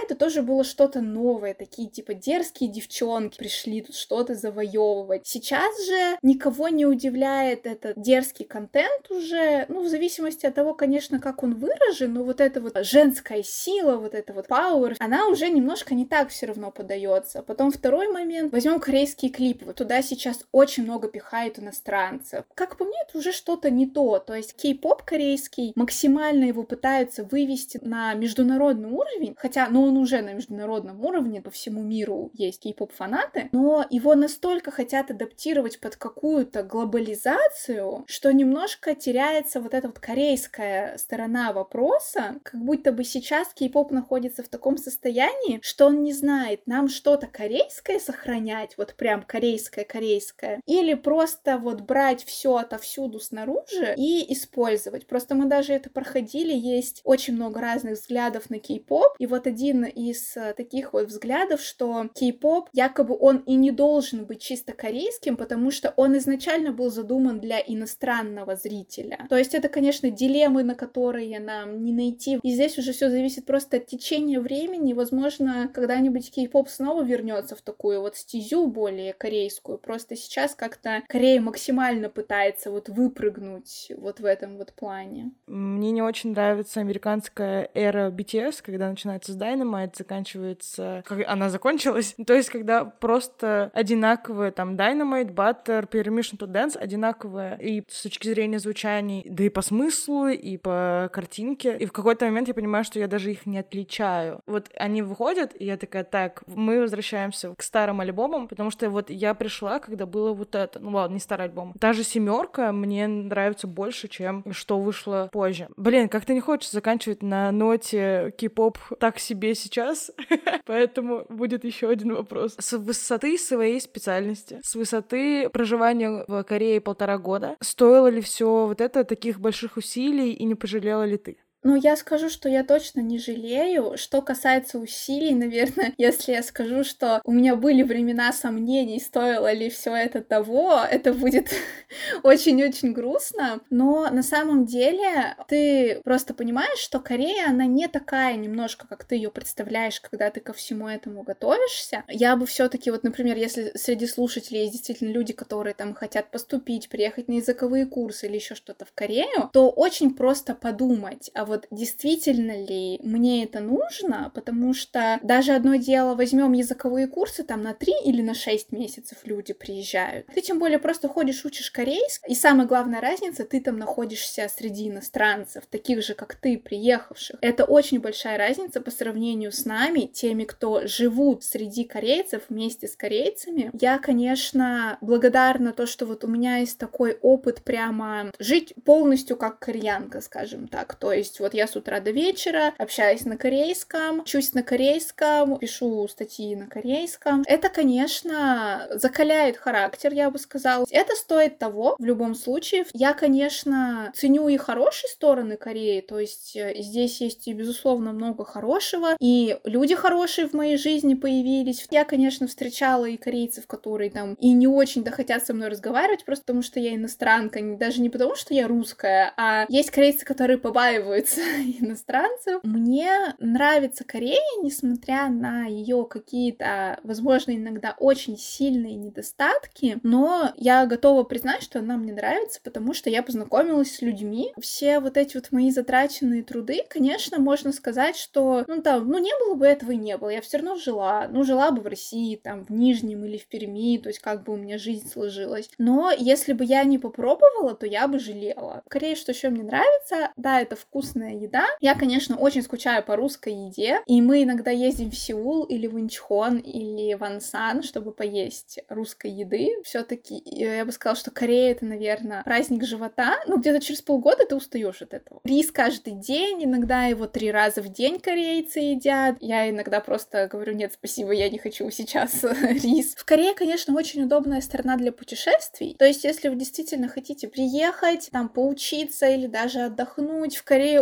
было что-то новое, такие типа дерзкие девчонки пришли тут что-то завоевывать. Сейчас же никого не удивляет этот дерзкий контент уже, ну, в зависимости от того, конечно, как он выражен, но вот эта вот женская сила, вот эта вот power, она уже немножко не так все равно подается. Потом второй момент, возьмем корейские клипы, вот туда сейчас очень много пихают иностранцев. Как по мне, это уже что-то не то, то есть кей-поп корейский, максимально его пытаются вывести на международный уровень, хотя, ну, он уже на международном уровне, по всему миру есть кей-поп фанаты, но его настолько хотят адаптировать под какую-то глобализацию, что немножко теряется вот эта вот корейская сторона вопроса, как будто бы сейчас кей-поп находится в таком состоянии, что он не знает, нам что-то корейское сохранять, вот прям корейское-корейское, или просто вот брать все отовсюду снаружи и использовать. Просто мы даже это проходили, есть очень много разных взглядов на кей-поп, и вот один из таких вот взглядов, что кей-поп якобы он и не должен быть чисто корейским, потому что он изначально был задуман для иностранного зрителя. То есть это, конечно, дилеммы, на которые нам не найти. И здесь уже все зависит просто от течения времени. Возможно, когда-нибудь кей-поп снова вернется в такую вот стезю более корейскую. Просто сейчас как-то Корея максимально пытается вот выпрыгнуть вот в этом вот плане. Мне не очень нравится американская эра би ти эс, когда начинается с Dynamite, заканчивается... Как она закончилась? То есть, когда просто одинаковые там Dynamite, Butter, Permission to Dance одинаковые и с точки зрения звучаний, да и по смыслу, и по картинке. И в какой-то момент я понимаю, что я даже их не отличаю. Вот они выходят, и я такая, так, мы возвращаемся к старым альбомам, потому что вот я пришла, когда было вот это. Ну ладно, не старый альбом. Та же «Семерка» мне нравится больше, чем что вышло позже. Блин, как-то не хочется заканчивать на ноте кей-поп так себе сейчас, поэтому будет еще один вопрос. С высоты своей специальности, с высоты проживания в Корее полтора года, стоило ли все вот это таких больших усилий и не пожалела ли ты? Ну, я скажу, что я точно не жалею. Что касается усилий, наверное, если я скажу, что у меня были времена сомнений, стоило ли все это того, это будет очень-очень грустно. Но на самом деле ты просто понимаешь, что Корея, она не такая немножко, как ты ее представляешь, когда ты ко всему этому готовишься. Я бы все-таки, вот, например, если среди слушателей есть действительно люди, которые там хотят поступить, приехать на языковые курсы или еще что-то в Корею, то очень просто подумать, а вот действительно ли мне это нужно, потому что даже одно дело, возьмем языковые курсы, там на три или на шесть месяцев люди приезжают. Ты тем более просто ходишь, учишь корейский, и самая главная разница, ты там находишься среди иностранцев, таких же, как ты, приехавших. Это очень большая разница по сравнению с нами, теми, кто живут среди корейцев вместе с корейцами. Я, конечно, благодарна то, что вот у меня есть такой опыт прямо жить полностью как кореянка, скажем так, то есть вот я с утра до вечера общаюсь на корейском, учусь на корейском, пишу статьи на корейском. Это, конечно, закаляет характер, я бы сказала. Это стоит того, в любом случае. Я, конечно, ценю и хорошие стороны Кореи, то есть здесь есть и, безусловно, много хорошего, и люди хорошие в моей жизни появились. Я, конечно, встречала и корейцев, которые там и не очень-то хотят со мной разговаривать, просто потому что я иностранка, даже не потому, что я русская, а есть корейцы, которые побаиваются иностранцев. Мне нравится Корея, несмотря на ее какие-то, возможно, иногда очень сильные недостатки, но я готова признать, что она мне нравится, потому что я познакомилась с людьми. Все вот эти вот мои затраченные труды, конечно, можно сказать, что, ну там, ну не было бы этого и не было, я все равно жила, ну жила бы в России, там, в Нижнем или в Перми, то есть как бы у меня жизнь сложилась. Но если бы я не попробовала, то я бы жалела. В Корее что еще мне нравится, да, это вкусная еда. Я, конечно, очень скучаю по русской еде, и мы иногда ездим в Сеул или в Инчхон или в Ансан, чтобы поесть русской еды. Все-таки я бы сказала, что Корея — это, наверное, праздник живота. Ну, где-то через полгода ты устаешь от этого. Рис каждый день, иногда его три раза в день корейцы едят. Я иногда просто говорю: нет, спасибо, я не хочу сейчас рис. В Корее, конечно, очень удобная страна для путешествий. То есть, если вы действительно хотите приехать, там, поучиться или даже отдохнуть, в Корее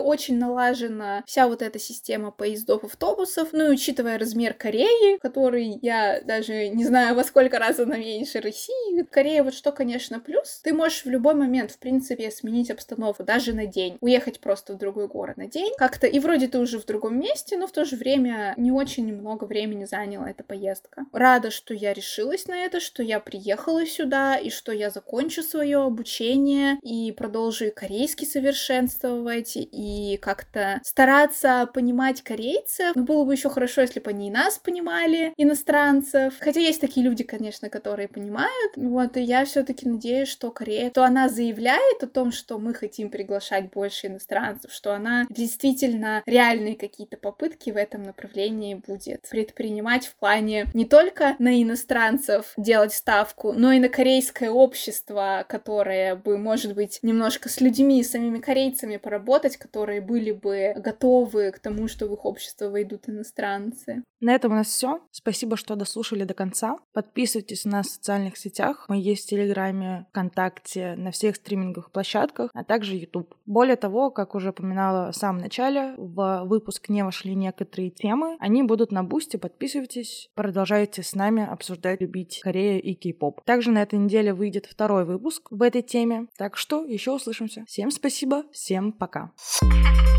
очень налажена вся вот эта система поездов, автобусов. Ну и учитывая размер Кореи, который я даже не знаю, во сколько раз она меньше России. Корея вот что, конечно, плюс. Ты можешь в любой момент, в принципе, сменить обстановку, даже на день. Уехать просто в другой город на день. Как-то, и вроде ты уже в другом месте, но в то же время не очень много времени заняла эта поездка. Рада, что я решилась на это, что я приехала сюда, и что я закончу свое обучение, и продолжу и корейский совершенствовать, и как-то стараться понимать корейцев. Но было бы еще хорошо, если бы они и нас понимали, иностранцев. Хотя есть такие люди, конечно, которые понимают. Вот, и я все-таки надеюсь, что Корея, то она заявляет о том, что мы хотим приглашать больше иностранцев, что она действительно реальные какие-то попытки в этом направлении будет предпринимать в плане не только на иностранцев делать ставку, но и на корейское общество, которое бы, может быть, немножко с людьми, с самими корейцами поработать, которые были бы готовы к тому, что в их общество войдут иностранцы. На этом у нас все. Спасибо, что дослушали до конца. Подписывайтесь на нас в социальных сетях. Мы есть в Телеграме, ВКонтакте, на всех стриминговых площадках, а также YouTube. Более того, как уже упоминала в самом начале, в выпуск не вошли некоторые темы. Они будут на Бусти. Подписывайтесь. Продолжайте с нами обсуждать, любить Корею и кей-поп. Также на этой неделе выйдет второй выпуск в этой теме. Так что еще услышимся. Всем спасибо. Всем пока.